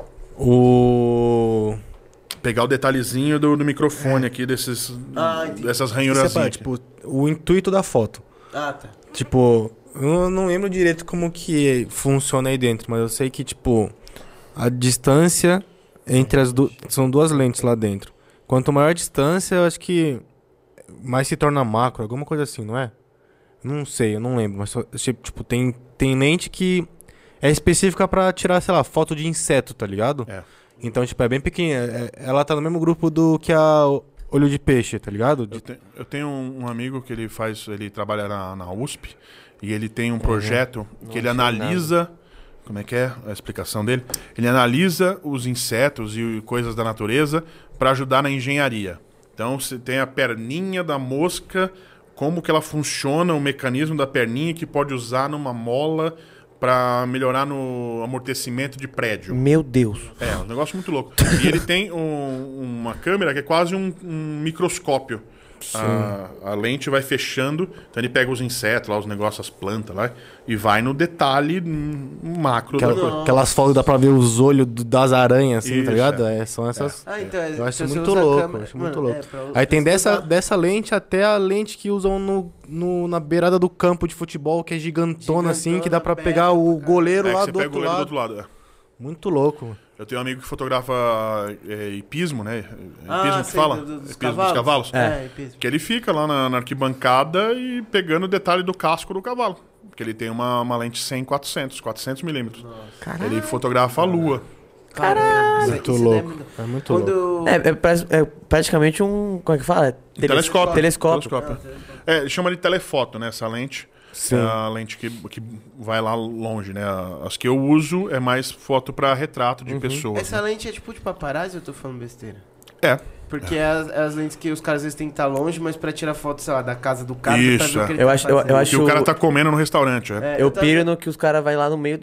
O... Pegar o detalhezinho do microfone aqui, entendi. dessas Separa, ranhurazinhas. tipo, o intuito da foto. Ah, tá. Tipo, eu não lembro direito como que funciona aí dentro, mas eu sei que, tipo, a distância entre as duas... São duas lentes lá dentro. Quanto maior a distância, eu acho que mais se torna macro, alguma coisa assim, não é? Não sei, eu não lembro, mas tipo, tem lente que é específica pra tirar, sei lá, foto de inseto, tá ligado? É. Então, tipo, é bem pequenininha. Ela tá no mesmo grupo do que a olho de peixe, tá ligado? Eu tenho um amigo que ele trabalha na USP e ele tem um projeto que ele analisa... Como é que é a explicação dele? Ele analisa os insetos e coisas da natureza para ajudar na engenharia. Então, você tem a perninha da mosca, como que ela funciona, o mecanismo da perninha que pode usar numa mola para melhorar no amortecimento de prédio. Meu Deus. É, um negócio muito louco. E ele tem uma câmera que é quase um microscópio. A lente vai fechando, então ele pega os insetos lá, os negócios, as plantas lá, e vai no detalhe macro da coisa. Aquelas fotos dá pra ver os olhos das aranhas, assim, Isso, tá ligado? São essas... Ah, então Eu acho se você muito usa a louco, câmera- acho muito Mano, louco. pra Aí tem estudar. dessa lente até a lente que usam na beirada do campo de futebol, que é gigantona, assim, que dá pra Gigantona, pegar o perto, goleiro É, que lá você do pega o outro goleiro do lado. outro lado. É. Muito louco. Eu tenho um amigo que fotografa hipismo, né? Ah, Hipismo que sei, fala? dos Hipismo dos cavalos. É, hipismo. Que ele fica lá na arquibancada e pegando o detalhe do casco do cavalo. Porque ele tem uma lente 400 milímetros. Ele fotografa a lua. Caralho, Muito louco. É muito louco. É praticamente um... Como é que fala? Telescópio. Telescópio. Ele chama de telefoto, né? Essa lente. Sim. É a lente que vai lá longe, né? As que eu uso é mais foto pra retrato de pessoas. Essa né? lente é tipo de paparazzi ou eu tô falando besteira? É. Porque é as lentes que os caras às vezes têm que estar longe, mas pra tirar foto, sei lá, da casa do cara, Isso, pra ver o que ele Eu tá acho- fazendo. eu acho- Que o cara tá comendo no restaurante, Eu tava- piro no que os caras vai lá no meio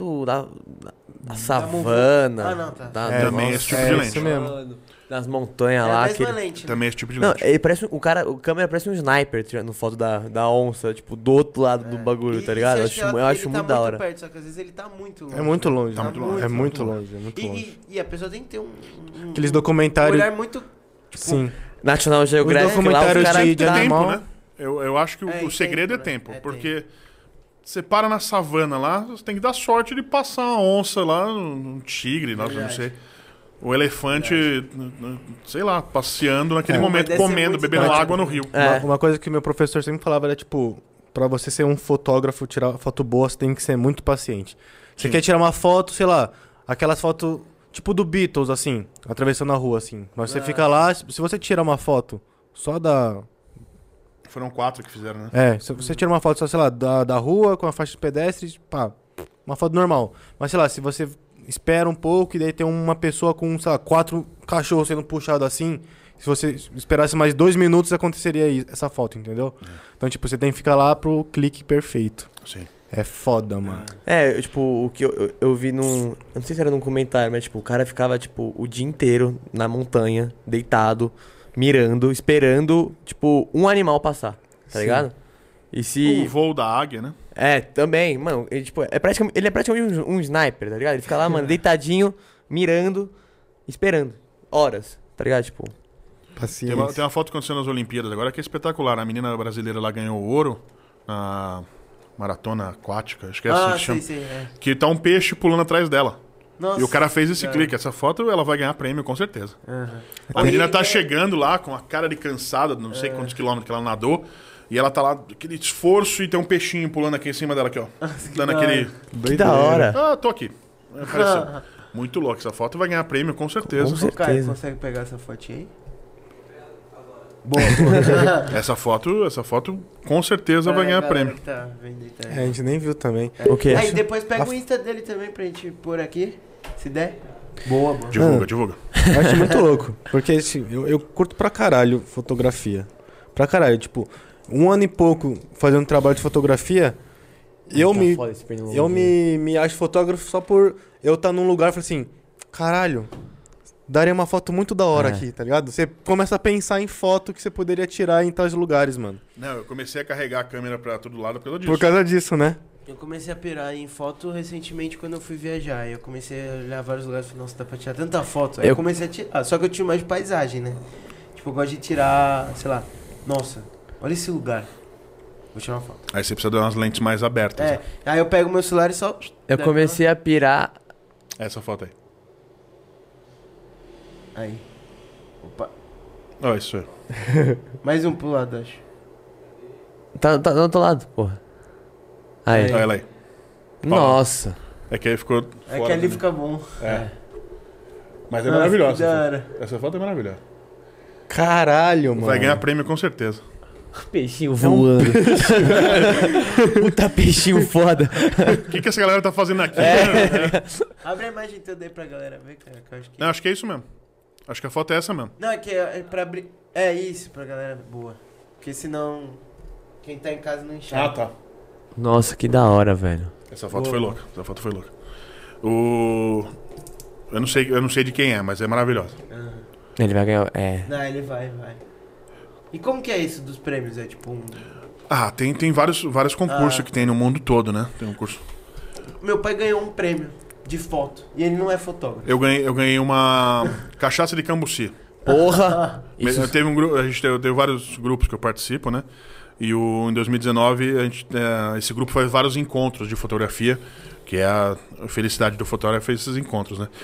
da savana. Ah, não, tá. também esse tipo de lente. Isso mesmo. Das montanhas É a lá. mesma aquele- lente, né? Também esse tipo de Não, lente. ele parece o câmera parece um sniper tirando foto da onça, tipo, do outro lado do bagulho, tá ligado? Eu acho muito da hora. Perto, só que às vezes ele tá muito longe. É muito longe. Tá né? muito longe. É muito longe, é muito E, longe. e a pessoa tem que ter um Aqueles um documentários... olhar muito... Tipo, Sim. National Geographic lá, documentários os caras de Tem animal. tempo, né? Eu acho que É, o segredo é tempo, tempo. né? É Porque você para na savana lá, você tem que dar sorte de passar uma onça lá, um tigre, nossa, eu não sei. O elefante, sei lá, passeando naquele momento, Mas deve ser comendo, muito bebendo prático. água no rio. É. Uma coisa que meu professor sempre falava era, tipo, pra você ser um fotógrafo, tirar foto boa, você tem que ser muito paciente. Você Sim. quer tirar uma foto, sei lá, aquelas fotos, tipo do Beatles, assim, atravessando a rua, assim. Mas você fica lá, se você tirar uma foto só da... Foram 4 que fizeram, né? Se você tira uma foto só, sei lá, da rua, com a faixa de pedestres, pá, uma foto normal. Mas, sei lá, se você espera um pouco e daí tem uma pessoa com, sei lá, 4 cachorros sendo puxados assim, se você esperasse mais 2 minutos, aconteceria essa foto, entendeu? Então, tipo, você tem que ficar lá pro clique perfeito. Sim. É foda, mano. Tipo, o que eu vi num... Eu não sei se era num comentário, mas, tipo, o cara ficava, tipo, o dia inteiro na montanha, deitado, mirando, esperando, tipo, um animal passar, tá ligado? E se... O voo da águia, né? Também, mano, ele, tipo, ele é praticamente um sniper, tá ligado? Ele fica lá, mano, deitadinho, mirando, esperando. Horas, tá ligado? Tipo... Paciência. Tem uma foto acontecendo nas Olimpíadas agora que é espetacular. A menina brasileira lá ganhou ouro na maratona aquática, acho que é assim que chama. Sei, Que tá um peixe pulando atrás dela. Nossa, E o cara fez esse cara. clique. Essa foto ela vai ganhar prêmio, com certeza. Uhum. A menina tá chegando lá com a cara de cansada, não sei quantos quilômetros que ela nadou. E ela tá lá, aquele esforço, e tem um peixinho pulando aqui em cima dela, aqui, ó. Dando aquele. Que da hora. Ah, tô aqui. Apareceu. Muito louco. Essa foto vai ganhar prêmio, com certeza. Com O Caio, certeza. consegue pegar essa fotinha aí? Boa. Essa foto com certeza vai ganhar prêmio. Que tá vendo aí, tá É, a gente nem viu também. O quê? Aí depois pega o Insta dele também pra gente pôr aqui, se der. Boa. Divulga. Eu acho muito louco. Porque assim, eu curto pra caralho fotografia. Pra caralho. Tipo, 1 ano e pouco fazendo trabalho de fotografia, eu me acho fotógrafo só por eu estar num lugar e falar assim, caralho, daria uma foto muito da hora aqui, tá ligado? Você começa a pensar em foto que você poderia tirar em tais lugares, mano. Não, eu comecei a carregar a câmera pra todo lado por causa disso. Por causa disso, né? Eu comecei a pirar em foto recentemente quando eu fui viajar. Aí eu comecei a olhar vários lugares e falei, nossa, dá pra tirar tanta foto. Aí eu comecei a tirar. Só que eu tinha mais de paisagem, né? Tipo, eu gosto de tirar, sei lá, nossa, olha esse lugar. Vou tirar uma foto. Aí você precisa dar umas lentes mais abertas. É, né? aí eu pego meu celular e só... Eu comecei a pirar... Essa foto aí. Aí. Opa. Ó, isso aí. Mais um pro lado, acho. Tá do outro lado, porra. Aí. Aí. Olha ela aí. Nossa. É que aí ficou É fora, que ali né? fica bom. É. Mas é Nossa, maravilhosa. que da hora. Essa foto é maravilhosa. Caralho, mano. Vai ganhar prêmio com certeza. Peixinho voando. Puta peixinho foda. O que essa galera tá fazendo aqui? Abre a imagem toda aí pra galera ver, cara. Que eu acho que... Não, acho que é isso mesmo. Acho que a foto é essa mesmo. Não, é que é pra abrir... É isso, pra galera boa. Porque senão... Quem tá em casa não enxerga. tá. Nossa, que da hora, velho. Essa foto Boa. foi louca. Essa foto foi louca. Eu não sei de quem é, mas é maravilhosa. Aham. Ele vai ganhar... Não, ele vai. E como que é isso dos prêmios? É tipo um... Ah, tem vários concursos que tem no mundo todo, né? Tem um curso. Meu pai ganhou um prêmio de foto. E ele não é fotógrafo. Eu ganhei uma cachaça de cambuci. Porra! Isso... Eu teve um grupo, eu tenho vários grupos que eu participo, né? E em 2019 esse grupo faz vários encontros de fotografia, que é a felicidade do fotógrafo, esses encontros, né?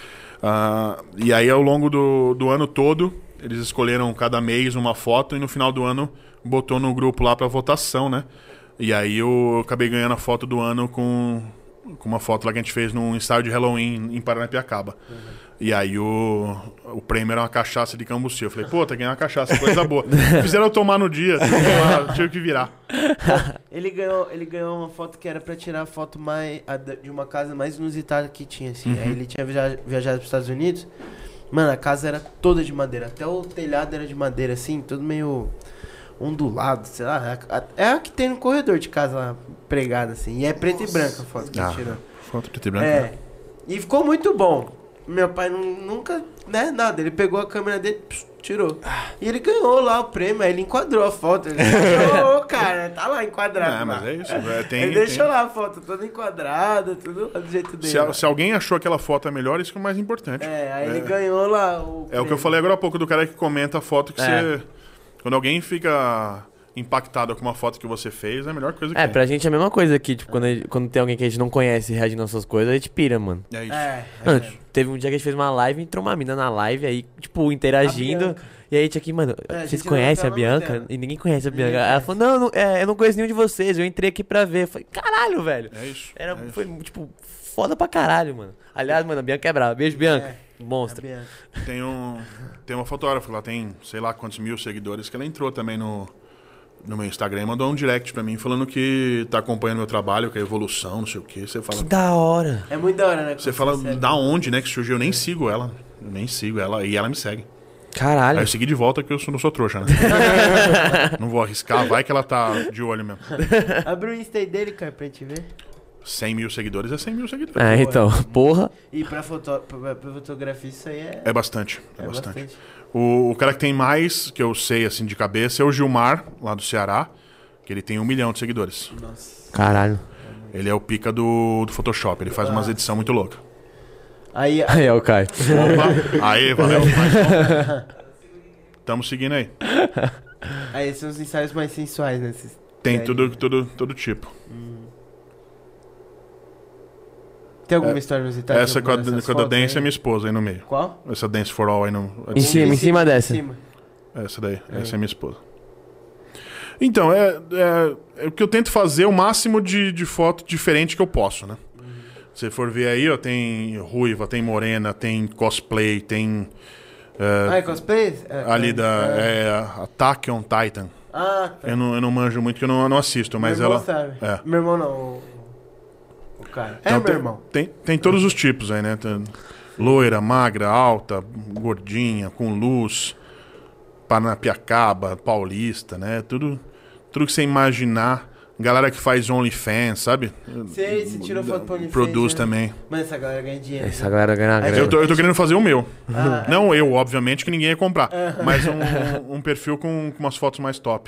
E aí ao longo do ano todo eles escolheram cada mês uma foto e no final do ano botou no grupo lá para votação, né? E aí eu acabei ganhando a foto do ano com uma foto lá que a gente fez num ensaio de Halloween em Paranapiacaba. E aí o prêmio era uma cachaça de cambuci. Eu falei, pô, tá ganhando uma cachaça, coisa boa. Fizeram eu tomar no dia, tive que virar. Ele ganhou uma foto que era pra tirar a foto de uma casa mais inusitada que tinha, assim. Aí ele tinha viajado pros Estados Unidos. Mano, a casa era toda de madeira. Até o telhado era de madeira, assim, tudo meio ondulado, sei lá. É a que tem no corredor de casa lá, pregada, assim. E é preta e branca a foto que ele tirou. Foto preta e branca. É. E ficou muito bom. Meu pai nunca, né, nada. Ele pegou a câmera dele, tirou. E ele ganhou lá o prêmio, aí ele enquadrou a foto. Ele achou, cara, tá lá enquadrado. É, mas lá. é isso. Ele deixou lá a foto toda enquadrada, tudo do jeito dele. Se alguém achou aquela foto é melhor, isso que é o mais importante. Aí ele ganhou lá o É o que eu falei agora há pouco do cara que comenta a foto que você... Quando alguém fica impactado com uma foto que você fez, é a melhor coisa que tem. pra gente é a mesma coisa aqui, tipo, quando tem alguém que a gente não conhece reagindo às suas coisas, a gente pira, mano. É isso. Mano, teve um dia que a gente fez uma live, entrou uma mina na live, aí, tipo, interagindo. E aí a gente aqui, mano, a vocês gente conhecem a não tava Bianca? entendendo. E ninguém conhece a Ninguém Bianca. Ela falou, não, eu não conheço nenhum de vocês, eu entrei aqui pra ver. Eu falei, caralho, velho. É isso. Foi, tipo, foda pra caralho, mano. Aliás, mano, a Bianca é brava. Beijo, Bianca. Monstro. Tem uma fotógrafa, ela tem sei lá quantos mil seguidores, que ela entrou também no meu Instagram e mandou um direct pra mim falando que tá acompanhando meu trabalho, que é evolução, não sei o que. Você fala. Que da hora. É muito da hora, né? Você fala da onde, né, que surgiu. Eu nem sigo ela. Eu nem sigo ela. E ela me segue. Caralho. Aí eu segui de volta que eu não sou trouxa, né? Não vou arriscar, vai que ela tá de olho mesmo. Abre o Insta aí dele, cara, pra gente ver. 100 mil seguidores é 100 mil seguidores. É, então, porra. E pra fotografia isso aí é... É bastante, é bastante. O cara que tem mais, que eu sei assim de cabeça, é o Gilmar, lá do Ceará, que ele tem 1 milhão de seguidores. Nossa. Caralho. Ele é o pica do Photoshop, ele faz umas edições muito loucas. Aí, Aí é o Caio. Opa, aí, valeu. Tamo seguindo aí. aí são os ensaios mais sensuais, né? Tem todo tipo. Tem alguma história inusitada? Essa com a da Dance é minha esposa aí no meio. Qual? Essa Dance for All aí no... Em cima dessa. Em cima. Essa daí, essa é minha esposa. Então, é o que eu tento fazer o máximo de foto diferente que eu posso, né? Se for ver aí, ó, tem ruiva, tem morena, tem cosplay, tem... é cosplay? ali Attack on Titan. Ah, tá. Eu não manjo muito, que eu não assisto, mas meu irmão ela... sabe. É. Meu irmão não, o cara. Então, meu irmão. Tem todos os tipos aí, né? Tem loira, magra, alta, gordinha, com luz, Paranapiacaba, paulista, né? Tudo que você imaginar. Galera que faz OnlyFans, sabe? Sei, você tirou foto pro OnlyFans. Produz né? também. Mas essa galera ganha dinheiro. Essa galera ganha grana. Eu tô querendo fazer o meu. Não eu, obviamente, que ninguém ia comprar. Mas um perfil com umas fotos mais top.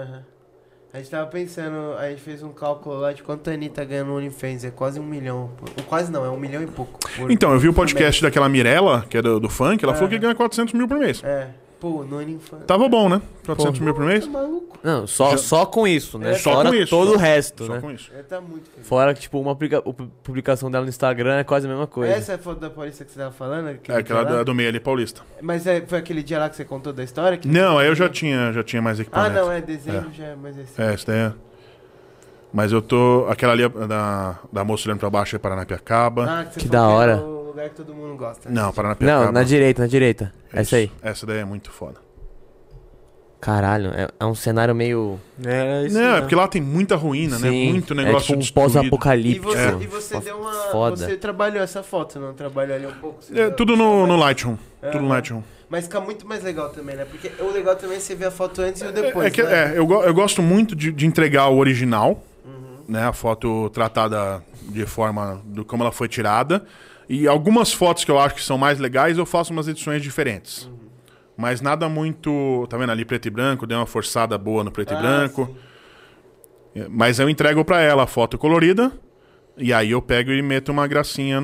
A gente tava pensando, a gente fez um cálculo lá de quanto a Anitta ganha no OnlyFans. É quase 1 milhão. Quase não, é 1 milhão e pouco. Então, eu vi o podcast daquela Mirella, que é do funk, ela falou que ganha 400 mil por mês. Pô, no OnlyFans. Tava bom, né? 400 mil por mês? Tá maluco. Não, só com isso, né? Só Fora com isso, todo só- o resto, Só né? com isso. Tá muito feliz. Fora que, tipo, uma publicação dela no Instagram é quase a mesma coisa. Essa é a foto da Paulista que você tava falando? É aquela dia lá? do meio ali, paulista. Mas foi aquele dia lá que você contou da história? Que Não, aí eu já tinha mais Ah, equipamento. não, é dezembro, já é mais esse. Essa daí é. Mas eu tô... Aquela ali da moça olhando pra baixo é Paranapiacaba. Você Que falou da hora. É o lugar que todo mundo gosta. Não, Paranapiacaba. Não, na direita. Essa aí. Essa daí é muito foda. Caralho, é um cenário meio... É isso. Não, é porque lá tem muita ruína, né? Sim, Muito negócio é tipo um destruído. E pós-apocalíptico. você, e você deu uma. Foda. Você trabalhou essa foto, não trabalhou ali um pouco? Você É, deu- tudo no Lightroom. Tudo no Aham. Lightroom. Mas fica muito mais legal também, né? Porque o legal também é você ver a foto antes e o depois. né? Eu gosto muito de entregar o original, né? A foto tratada de forma como ela foi tirada. E algumas fotos que eu acho que são mais legais, eu faço umas edições diferentes. Mas nada muito... Tá vendo ali preto e branco? Dei uma forçada boa no preto e branco. Sim. Mas eu entrego pra ela a foto colorida. E aí eu pego e meto uma gracinha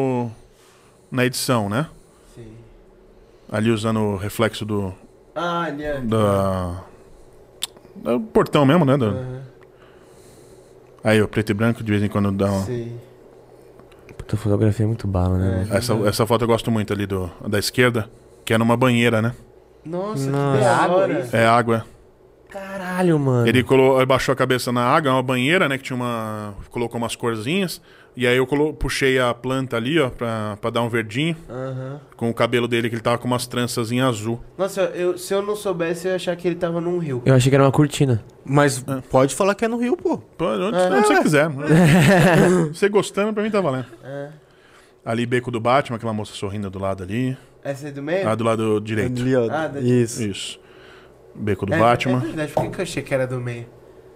na edição, né? Sim. Ali usando o reflexo do Ali é. do portão mesmo, né? Aham. Aí o preto e branco de vez em quando dá uma... Sim. Puta, fotografia é muito bala, né? Essa foto eu gosto muito ali da esquerda, que é numa banheira, né? Nossa, Nossa. que da Água, hora. isso? É água. Caralho, mano. Ele baixou a cabeça na água, é uma banheira, né? Que tinha colocou umas corzinhas. E aí eu puxei a planta ali, ó, pra dar um verdinho. Aham. Com o cabelo dele, que ele tava com umas tranças em azul. Nossa, se eu não soubesse, eu ia achar que ele tava num rio. Eu achei que era uma cortina. Mas pode falar que é no Rio, pô. Pô, onde você quiser. Você gostando, pra mim tá valendo. É. Ali, Beco do Batman, aquela moça sorrindo do lado ali. Essa é do meio? Ah, do lado direito. Ali, ó. Ah, da- Isso. Isso. Beco do É Batman. verdade, por que eu achei que era do meio?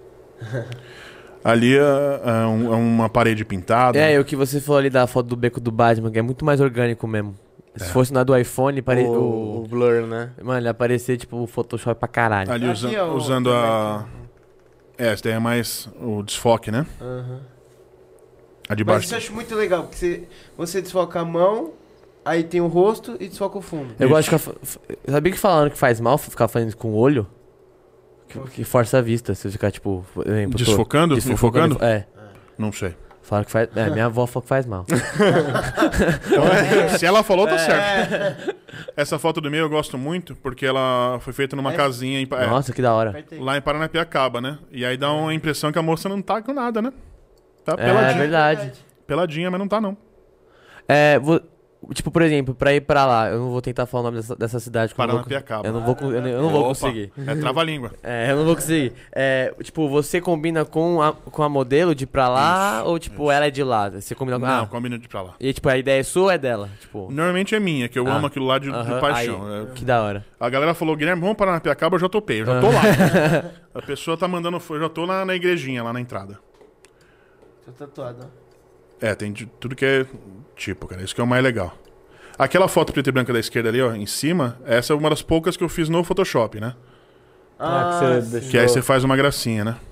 Ali é uma parede pintada. O que você falou ali da foto do beco do Batman, que é muito mais orgânico mesmo. Se fosse na do iPhone, O blur, né? Mano, ele ia aparecer tipo o Photoshop pra caralho. Ali Aqui, ó, usando a... essa daí é mais o desfoque, né? Aham. A de Mas baixo. isso eu acho muito legal, porque você desfoca a mão, aí tem o rosto e desfoca o fundo. Eu gosto de ficar. Sabia que falaram que faz mal ficar fazendo isso com o olho? Que força a vista. Se você ficar, tipo. Exemplo, Desfocando? Enfocando? É. Não sei. Falaram que faz. Minha avó falou que faz mal. Então, se ela falou, tá certo. Essa foto do meio eu gosto muito, porque ela foi feita numa casinha Nossa, que da hora. Aperta aí. lá em Paranapiacaba, né? E aí dá uma impressão que a moça não tá com nada, né? Tá É peladinha. verdade. Peladinha, mas não tá, não. Tipo, por exemplo, pra ir pra lá, eu não vou tentar falar o nome dessa cidade. que eu não vou- Paranapiacaba. Eu não vou, eu não vou Opa, conseguir. É trava-língua. Eu não vou conseguir. Tipo, você combina com a modelo de ir pra lá ou, tipo, ela é de lá? Você combina com... Não, combina de ir pra lá. E, tipo, a ideia é sua ou é dela? Tipo, Normalmente é minha, que eu amo aquilo lá de paixão. aí, que da hora. A galera falou, Guilherme, vamos para Paranapiacaba, eu já topei, eu já tô lá. A pessoa tá mandando, eu já tô na igrejinha, lá na entrada. Tô tatuado, ó. Tem de tudo que é tipo, cara. Isso que é o mais legal. Aquela foto preta e branca da esquerda ali, ó, em cima, essa é uma das poucas que eu fiz no Photoshop, né? que você Que aí você faz uma gracinha, né?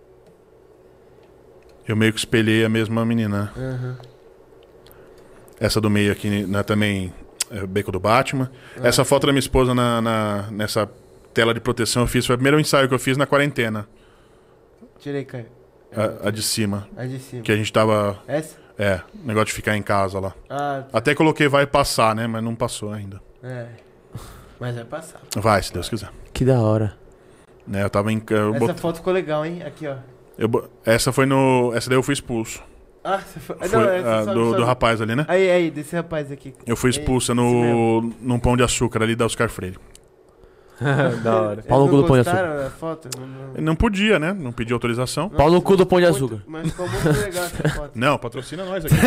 Eu meio que espelhei a mesma menina, né? Uhum. Essa do meio aqui, né, também é o beco do Batman. Essa foto da minha esposa nessa tela de proteção eu fiz. Foi o primeiro ensaio que eu fiz na quarentena. Tirei, Caio. A de cima. A de cima. Que a gente tava... Essa? Negócio de ficar em casa lá. Ah, Até coloquei vai passar, né? Mas não passou ainda. Mas vai passar. Vai, se Deus quiser. Que da hora. Né, eu tava em... Essa foto ficou legal, hein? Aqui, ó. Essa foi no... Essa daí eu fui expulso. Ah, você foi... Foi Não, essa sobe. do rapaz ali, né? Aí, desse rapaz aqui. Eu fui expulso Esse mesmo. num Pão de Açúcar ali da Oscar Freire. Da hora. Pau no cu do Pão de Açúcar. A foto? Não podia, né? Não pedi autorização. Pau no cu do Pão de Açúcar. Mas ficou muito legal essa foto. Não, patrocina nós aqui.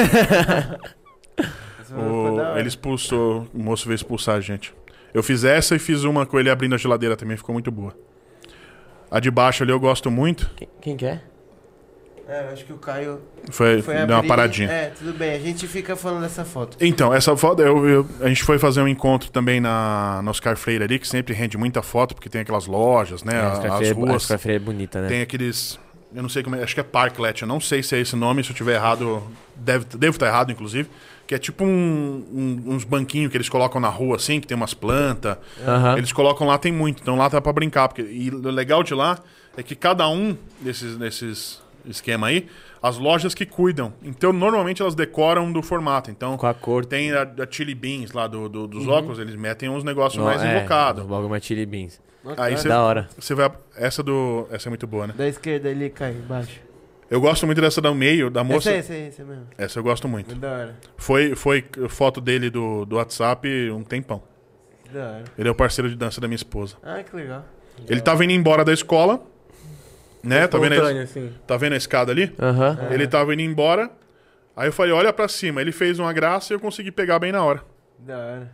Ele expulsou, o moço veio expulsar a gente. Eu fiz essa e fiz uma com ele abrindo a geladeira também, ficou muito boa. A de baixo ali eu gosto muito. Quem que é? Eu acho que o Caio Foi deu uma paradinha. Tudo bem, a gente fica falando dessa foto. Então, essa foto, a gente foi fazer um encontro também na Oscar Freire ali, que sempre rende muita foto, porque tem aquelas lojas, né? As ruas. A Oscar Freire é bonita, né? Tem aqueles... Eu não sei como é, acho que é Parklet, eu não sei se é esse nome, se eu tiver errado, devo estar errado, inclusive. Que é tipo uns banquinhos que eles colocam na rua, assim, que tem umas plantas. Aham. Eles colocam lá, tem muito, então lá tá pra brincar. E o legal de lá é que cada um desses esquema aí, as lojas que cuidam. Então, normalmente elas decoram do formato. Então, Com a cor. tem a Chili Beans lá dos óculos, eles metem uns negócios mais invocados. O bagulho mais chili beans. Aí Da hora. você vai... Essa é muito boa, né? Da esquerda ali, Caio, embaixo. Eu gosto muito dessa do meio, da moça. Essa mesmo. Essa eu gosto muito. Da hora. Foi foto dele do WhatsApp um tempão. Da hora. Ele é o parceiro de dança da minha esposa. Ah, que legal. Ele tava indo embora da escola, né? Tá Espontâneo, assim. vendo a escada ali? Aham. Ele tava indo embora. Aí eu falei, olha pra cima. Ele fez uma graça e eu consegui pegar bem na hora. Da hora.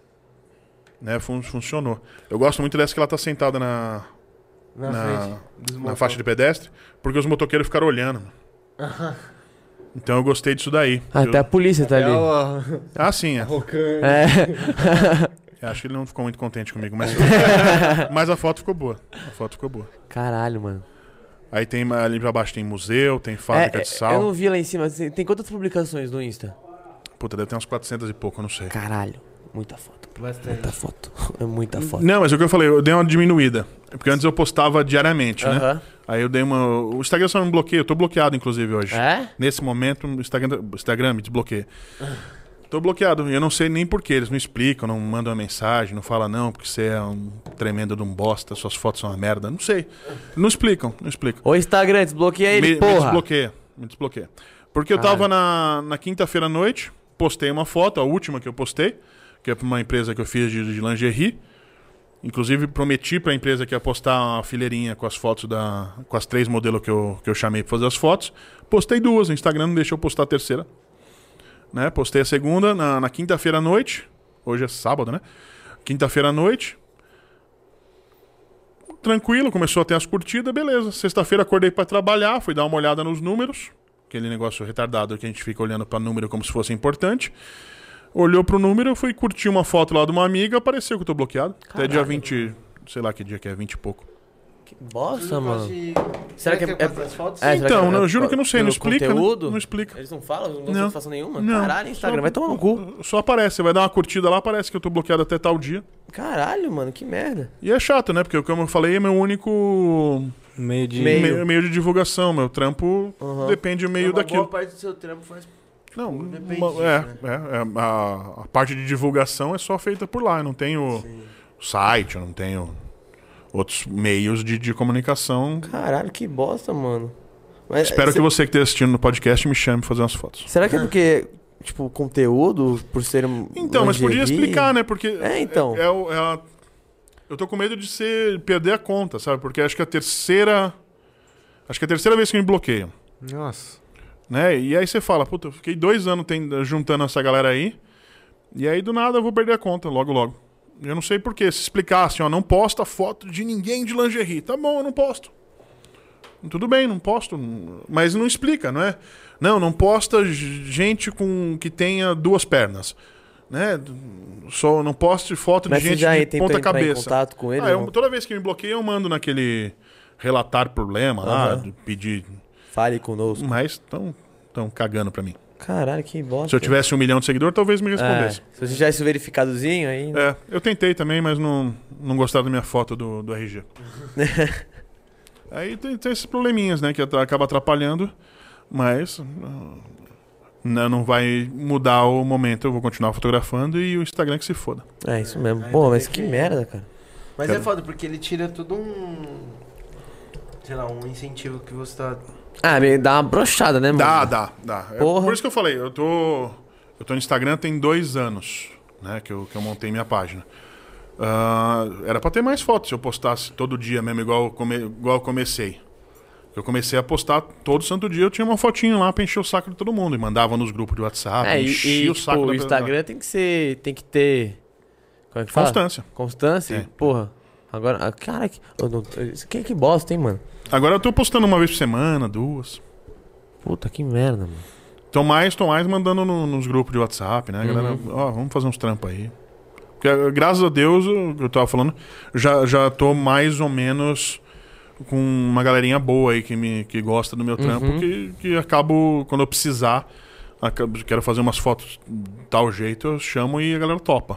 Né? Funcionou. Eu gosto muito dessa que ela tá sentada na frente. Dos na motores. faixa de pedestre, porque os motoqueiros ficaram olhando. Então eu gostei disso daí. Até a polícia tá ali. Ah, sim. É. É. Eu acho que ele não ficou muito contente comigo, mas... mas a foto ficou boa. Caralho, mano. Aí tem ali pra baixo tem museu, tem fábrica de sal. Eu não vi lá em cima. Tem quantas publicações no Insta? Puta, deve ter uns 400 e pouco, eu não sei. Caralho. Muita foto. Bastante. Muita foto. É muita foto. Não, mas é o que eu falei, eu dei uma diminuída. Porque antes eu postava diariamente, né? Aham. Aí eu dei uma... O Instagram só me bloqueia, eu tô bloqueado inclusive hoje. É? Nesse momento o Instagram me desbloqueia. Tô bloqueado, e eu não sei nem porquê, eles não explicam, não mandam uma mensagem, não falam não, porque você é um tremendo de um bosta, suas fotos são uma merda, não sei. Não explicam. Ô Instagram, desbloqueia ele, Me porra. desbloqueia. Porque eu tava na quinta-feira à noite, postei uma foto, a última que eu postei, que é pra uma empresa que eu fiz de lingerie. Inclusive prometi pra empresa que ia postar uma fileirinha com as fotos com as 3 modelos que eu chamei pra fazer as fotos. Postei 2, o Instagram não deixou eu postar a terceira. Né? Postei a segunda na quinta-feira à noite. Hoje é sábado, né? Quinta-feira à noite. Tranquilo, começou a ter as curtidas, beleza. Sexta-feira acordei pra trabalhar, fui dar uma olhada nos números. Aquele negócio retardado que a gente fica olhando pra número como se fosse importante. Olhou pro número, eu fui curtir uma foto lá de uma amiga, apareceu que eu tô bloqueado. Caralho, até dia 20, sei lá que dia que é, 20 e pouco. Que bosta, mano. Será que é por as fotos? É, será Então, que eu juro que eu não sei, não pelo explica, conteúdo? né? Não explica. Eles não falam? Não dão Não. satisfação nenhuma? Não. Caralho, Instagram, Só- vai tomar no cu. Só aparece, você vai dar uma curtida lá, aparece que eu tô bloqueado até tal dia. Caralho, mano, que merda. E é chato, né? Porque, como eu falei, é meu único Meio de... meio de divulgação. Meu trampo Uhum. depende meio Uma daquilo. boa parte do seu trampo faz... Não, Depende disso, né? a parte de divulgação é só feita por lá. Eu não tenho site, eu não tenho outros meios de comunicação. Caralho, que bosta, mano. Mas, Espero que você que esteja assistindo no podcast me chame pra fazer umas fotos. Será que é porque, tipo, conteúdo, por ser Então, mas podia lingerie? explicar, né? Porque então. eu tô com medo de perder a conta, sabe? Porque acho que é a terceira vez que me bloqueiam. Nossa. Né? E aí você fala, puta, eu fiquei 2 anos juntando essa galera aí, e aí do nada eu vou perder a conta, logo. Eu não sei porquê. Se explicasse, ó, não posta foto de ninguém de lingerie. Tá bom, eu não posto. Tudo bem, não posto. Mas não explica, não é? Não posta gente que tenha 2 pernas. Né? Só não poste foto Mas de você gente já de tentou ponta entrar em cabeça. contato com ele? Toda vez que me bloqueia, eu mando naquele relatar problema lá, de pedir. Fale conosco. Mas estão cagando pra mim. Caralho, que bosta. Se eu tivesse 1 milhão de seguidores, talvez me respondesse. Se você tivesse o verificadozinho aí... Eu tentei também, mas não gostaram da minha foto do RG. Aí tem esses probleminhas, né? Que acaba atrapalhando, mas não vai mudar o momento. Eu vou continuar fotografando e o Instagram que se foda. É isso mesmo. Pô, mas que merda, cara. Mas é foda, porque ele tira tudo sei lá, um incentivo que você tá... Me dá uma brochada, né, mano? Dá. Porra. Por isso que eu falei, eu tô no Instagram tem 2 anos, né? Que eu montei minha página. Era pra ter mais fotos se eu postasse todo dia mesmo, igual eu comecei. Eu comecei a postar todo santo dia, eu tinha uma fotinho lá pra encher o saco de todo mundo. E mandava nos grupos de WhatsApp, enchia o saco o Instagram tem que ter... Como é que fala? Constância? É. Porra. Agora, cara, que bosta, hein, mano? Agora eu tô postando 1 vez por semana, 2. Puta, que merda, mano. Tô mais mandando nos grupos de WhatsApp, né? Galera, vamos fazer uns trampos aí. Porque, graças a Deus, eu tava falando, já tô mais ou menos com uma galerinha boa aí que gosta do meu trampo, que acabo, quando eu precisar, quero fazer umas fotos de tal jeito, eu chamo e a galera topa.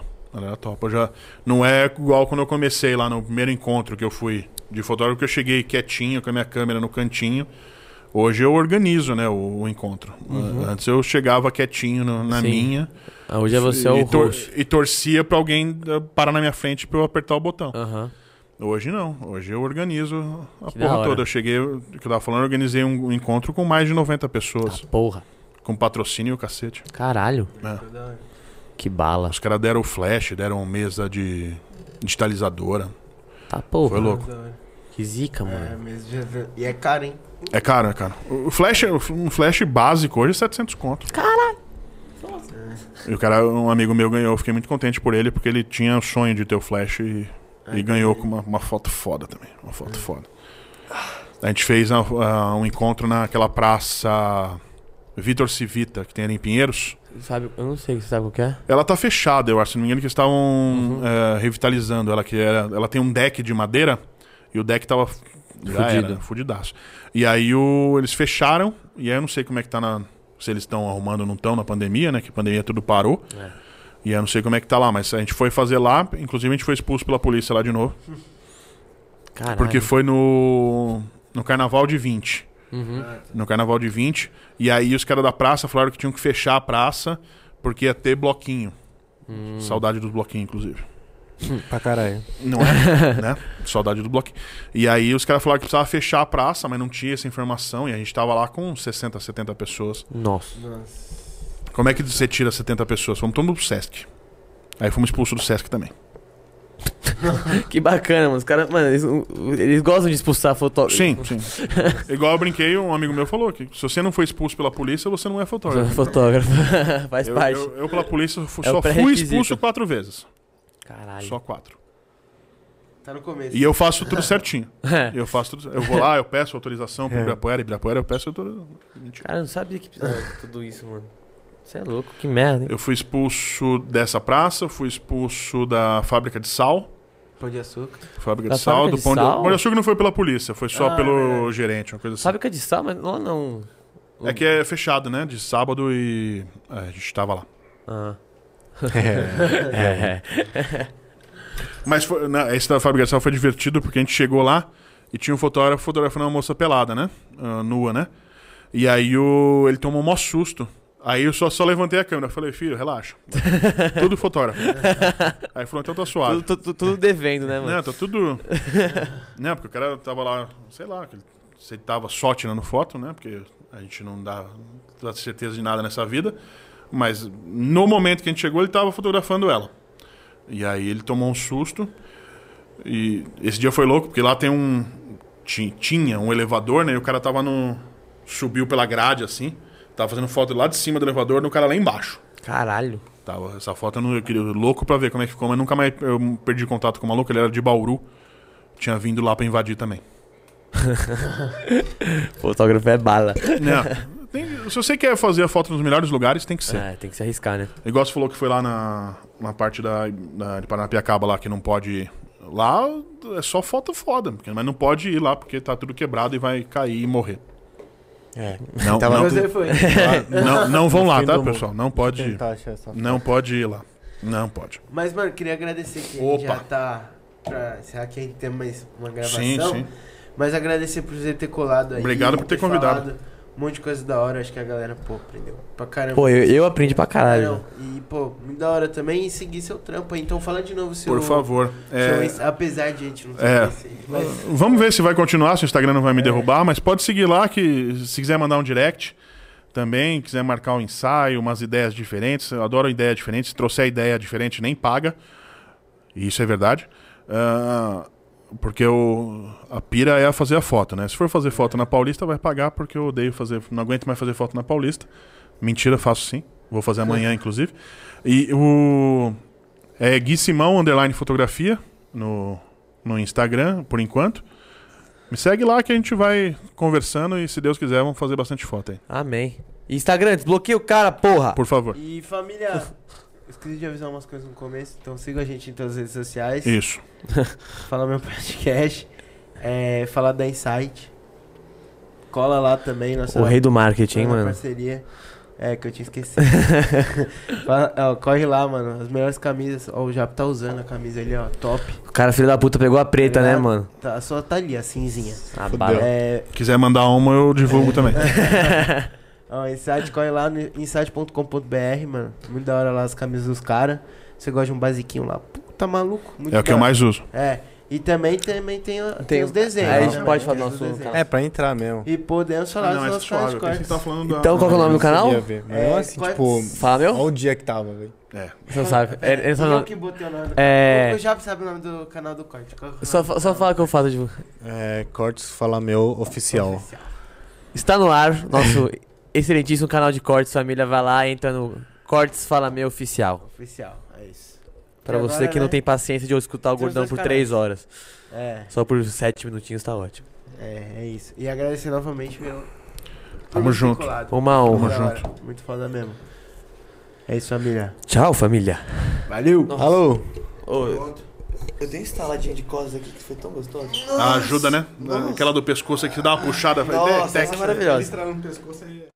Não é igual quando eu comecei lá no primeiro encontro que eu fui de fotógrafo, que eu cheguei quietinho com a minha câmera no cantinho. Hoje eu organizo, né, o encontro. Antes eu chegava quietinho na minha. Hoje é você o host. E torcia pra alguém parar na minha frente pra eu apertar o botão. Hoje não. Hoje eu organizo a porra toda. Eu cheguei, o que eu tava falando, eu organizei um encontro com mais de 90 pessoas. Porra. Com patrocínio e o cacete. Caralho. Que bala. Os caras deram flash, deram mesa de digitalizadora. Tá porra. Foi louco. Que zica, mano. E é caro, hein? É caro. Um flash básico hoje é 700 conto. Caralho. E o cara, um amigo meu ganhou. Eu fiquei muito contente por ele, porque ele tinha o sonho de ter o flash e ganhou com uma foto foda também. Uma foto foda. A gente fez um encontro naquela praça Vitor Civita, que tem ali em Pinheiros. Eu não sei, você sabe o que é? Ela tá fechada, eu acho, se não me engano, que eles estavam revitalizando ela, ela tem um deck de madeira e o deck tava fudidaço. E aí eles fecharam, e aí eu não sei como é que tá se eles estão arrumando ou não estão na pandemia, né? Que a pandemia tudo parou. E eu não sei como é que tá lá, mas a gente foi fazer lá, inclusive a gente foi expulso pela polícia lá de novo. Caralho. Porque foi no Carnaval de 20. No Carnaval de 20. E aí os caras da praça falaram que tinham que fechar a praça porque ia ter bloquinho. Saudade dos bloquinhos, inclusive. Pra caralho. Não é? Né? Saudade do bloquinho. E aí os caras falaram que precisava fechar a praça, mas não tinha essa informação. E a gente tava lá com 60, 70 pessoas. Nossa. Como é que você tira 70 pessoas? Fomos todo mundo pro Sesc. Aí fomos expulsos do Sesc também. Que bacana, mano. Os caras, mano, eles gostam de expulsar fotógrafo. Sim. Igual eu brinquei, um amigo meu falou que se você não foi expulso pela polícia, você não é fotógrafo. Fotógrafo. Faz parte. Eu pela polícia só fui expulso 4 vezes. Caralho. Só 4. Tá no começo. E eu faço tudo certinho. Eu vou lá, eu peço autorização pro Ibirapuera eu peço autorização. Cara, eu não sabia que precisava de tudo isso, mano. Você é louco, que merda, hein? Eu fui expulso dessa praça, fui expulso da fábrica de sal. Pão de açúcar. Fábrica Da de sal, fábrica do de pão sal? de açúcar não foi pela polícia, foi só pelo gerente, uma coisa assim. Fábrica de sal, mas lá não. É que é fechado, né? De sábado e a gente tava lá. Mas esse da fábrica de sal foi divertido porque a gente chegou lá e tinha um fotógrafo fotografando uma moça pelada, né? Nua, né? E aí ele tomou um maior susto. Aí eu só levantei a câmera. Falei, filho, relaxa. Tudo fotógrafo. Aí falou, então tá suave. Tudo devendo, né, mano? Né, tá tudo... né, porque o cara tava lá, sei lá, se ele tava só tirando foto, né? Porque a gente não dá certeza de nada nessa vida. Mas no momento que a gente chegou, ele tava fotografando ela. E aí ele tomou um susto. E esse dia foi louco, porque lá tem tinha um elevador, né? E o cara tava subiu pela grade, assim. Tava fazendo foto lá de cima do elevador, no cara lá embaixo. Caralho. Essa foto eu queria louco pra ver como é que ficou, mas nunca mais eu perdi contato com o maluco, ele era de Bauru. Tinha vindo lá pra invadir também. Fotógrafo é bala. Não. Se você quer fazer a foto nos melhores lugares, tem que ser. É, tem que se arriscar, né? Igual você falou que foi lá na parte de Paranapiacaba lá, que não pode ir. Lá é só foto foda, mas não pode ir lá porque tá tudo quebrado e vai cair e morrer. É. Não, Tava- não, Você foi. não vão No lá, fim tá, do pessoal? Não pode, Tentar achar essa foto. não pode ir lá. Não pode. Mas, mano, queria agradecer que a Opa. gente já tá... Pra encerrar que a gente tem mais uma gravação. Sim, sim. Mas agradecer por você ter colado aí. Obrigado por ter convidado. falado um monte de coisa da hora. Acho que a galera, pô, aprendeu pra caramba. Pô, eu aprendi pra caralho. Não, e, pô, muito da hora também. E seguir seu trampo aí. Então fala de novo seu... Por favor. Apesar de a gente não É. conhecer. Mas... Vamos ver se vai continuar, se o Instagram não vai me derrubar, mas pode seguir lá que se quiser mandar um direct também, quiser marcar um ensaio, umas ideias diferentes. Eu adoro ideia diferente. Se trouxer ideia diferente, nem paga. E isso é verdade. Porque a pira é fazer a foto, né? Se for fazer foto na Paulista, vai pagar porque eu odeio fazer. Não aguento mais fazer foto na Paulista. Mentira, faço sim. Vou fazer amanhã, inclusive. E é Gui Simão _fotografia no Instagram, por enquanto. Me segue lá que a gente vai conversando e, se Deus quiser, vamos fazer bastante foto aí. Amém. Instagram, desbloqueia o cara, porra. Por favor. E família, eu esqueci de avisar umas coisas no começo, então siga a gente em todas as redes sociais. Isso. Fala meu podcast. Falar da Insight. Cola lá também, nossa. O rei do marketing, nossa mano. parceria. Que eu tinha esquecido. Corre lá, mano. As melhores camisas. Ó, o Jap tá usando a camisa ali, ó. Top. O cara, filho da puta, pegou a preta, né, Ligado? mano? Tá, só tá ali, a cinzinha. A Fudeu. bala. Quiser mandar uma, eu divulgo também. Ó, Insight, corre lá no insight.com.br, mano. Muito da hora lá as camisas dos caras. Você gosta de um basiquinho lá. Puta maluco. Muito É o que da eu hora. mais uso. E também tem os desenhos. Aí a né, gente pode também, falar tem os nosso desenhos. canal. É, pra entrar mesmo. E podemos falar dos Não, essa é nossos canais de suave. Você tá cortes. falando Então, qual que é o nome do canal? Queria ver. Mas mesmo assim, cortes. tipo... Fala, meu? Olha o dia que tava, velho. Você não sabe. Ele só eu não... que botei o nome do É. canal. O Jap sabe o nome do canal do corte. Qual que é o Só nome do fala canal? que eu faço de... Cortes Fala Meu Oficial. Está no ar, nosso excelentíssimo canal de cortes, família. Vai lá, entra no Cortes Fala Meu Oficial. Oficial, é isso. Pra E você agora, que não né? tem paciência de escutar o Tem os gordão dois por canais. 3 horas. Só Só por 7 minutinhos tá ótimo. é isso. E agradecer novamente pelo... Tamo por ter junto. colado. Uma honra. Muito da hora, muito foda mesmo. É isso, família. Tchau, família. Valeu! Alô? Eu dei uma instaladinha de costas aqui que foi tão gostoso. Ajuda, né? Aquela do pescoço aqui, você dá uma puxada. Nossa, essa é maravilhosa. Estrala no pescoço aí.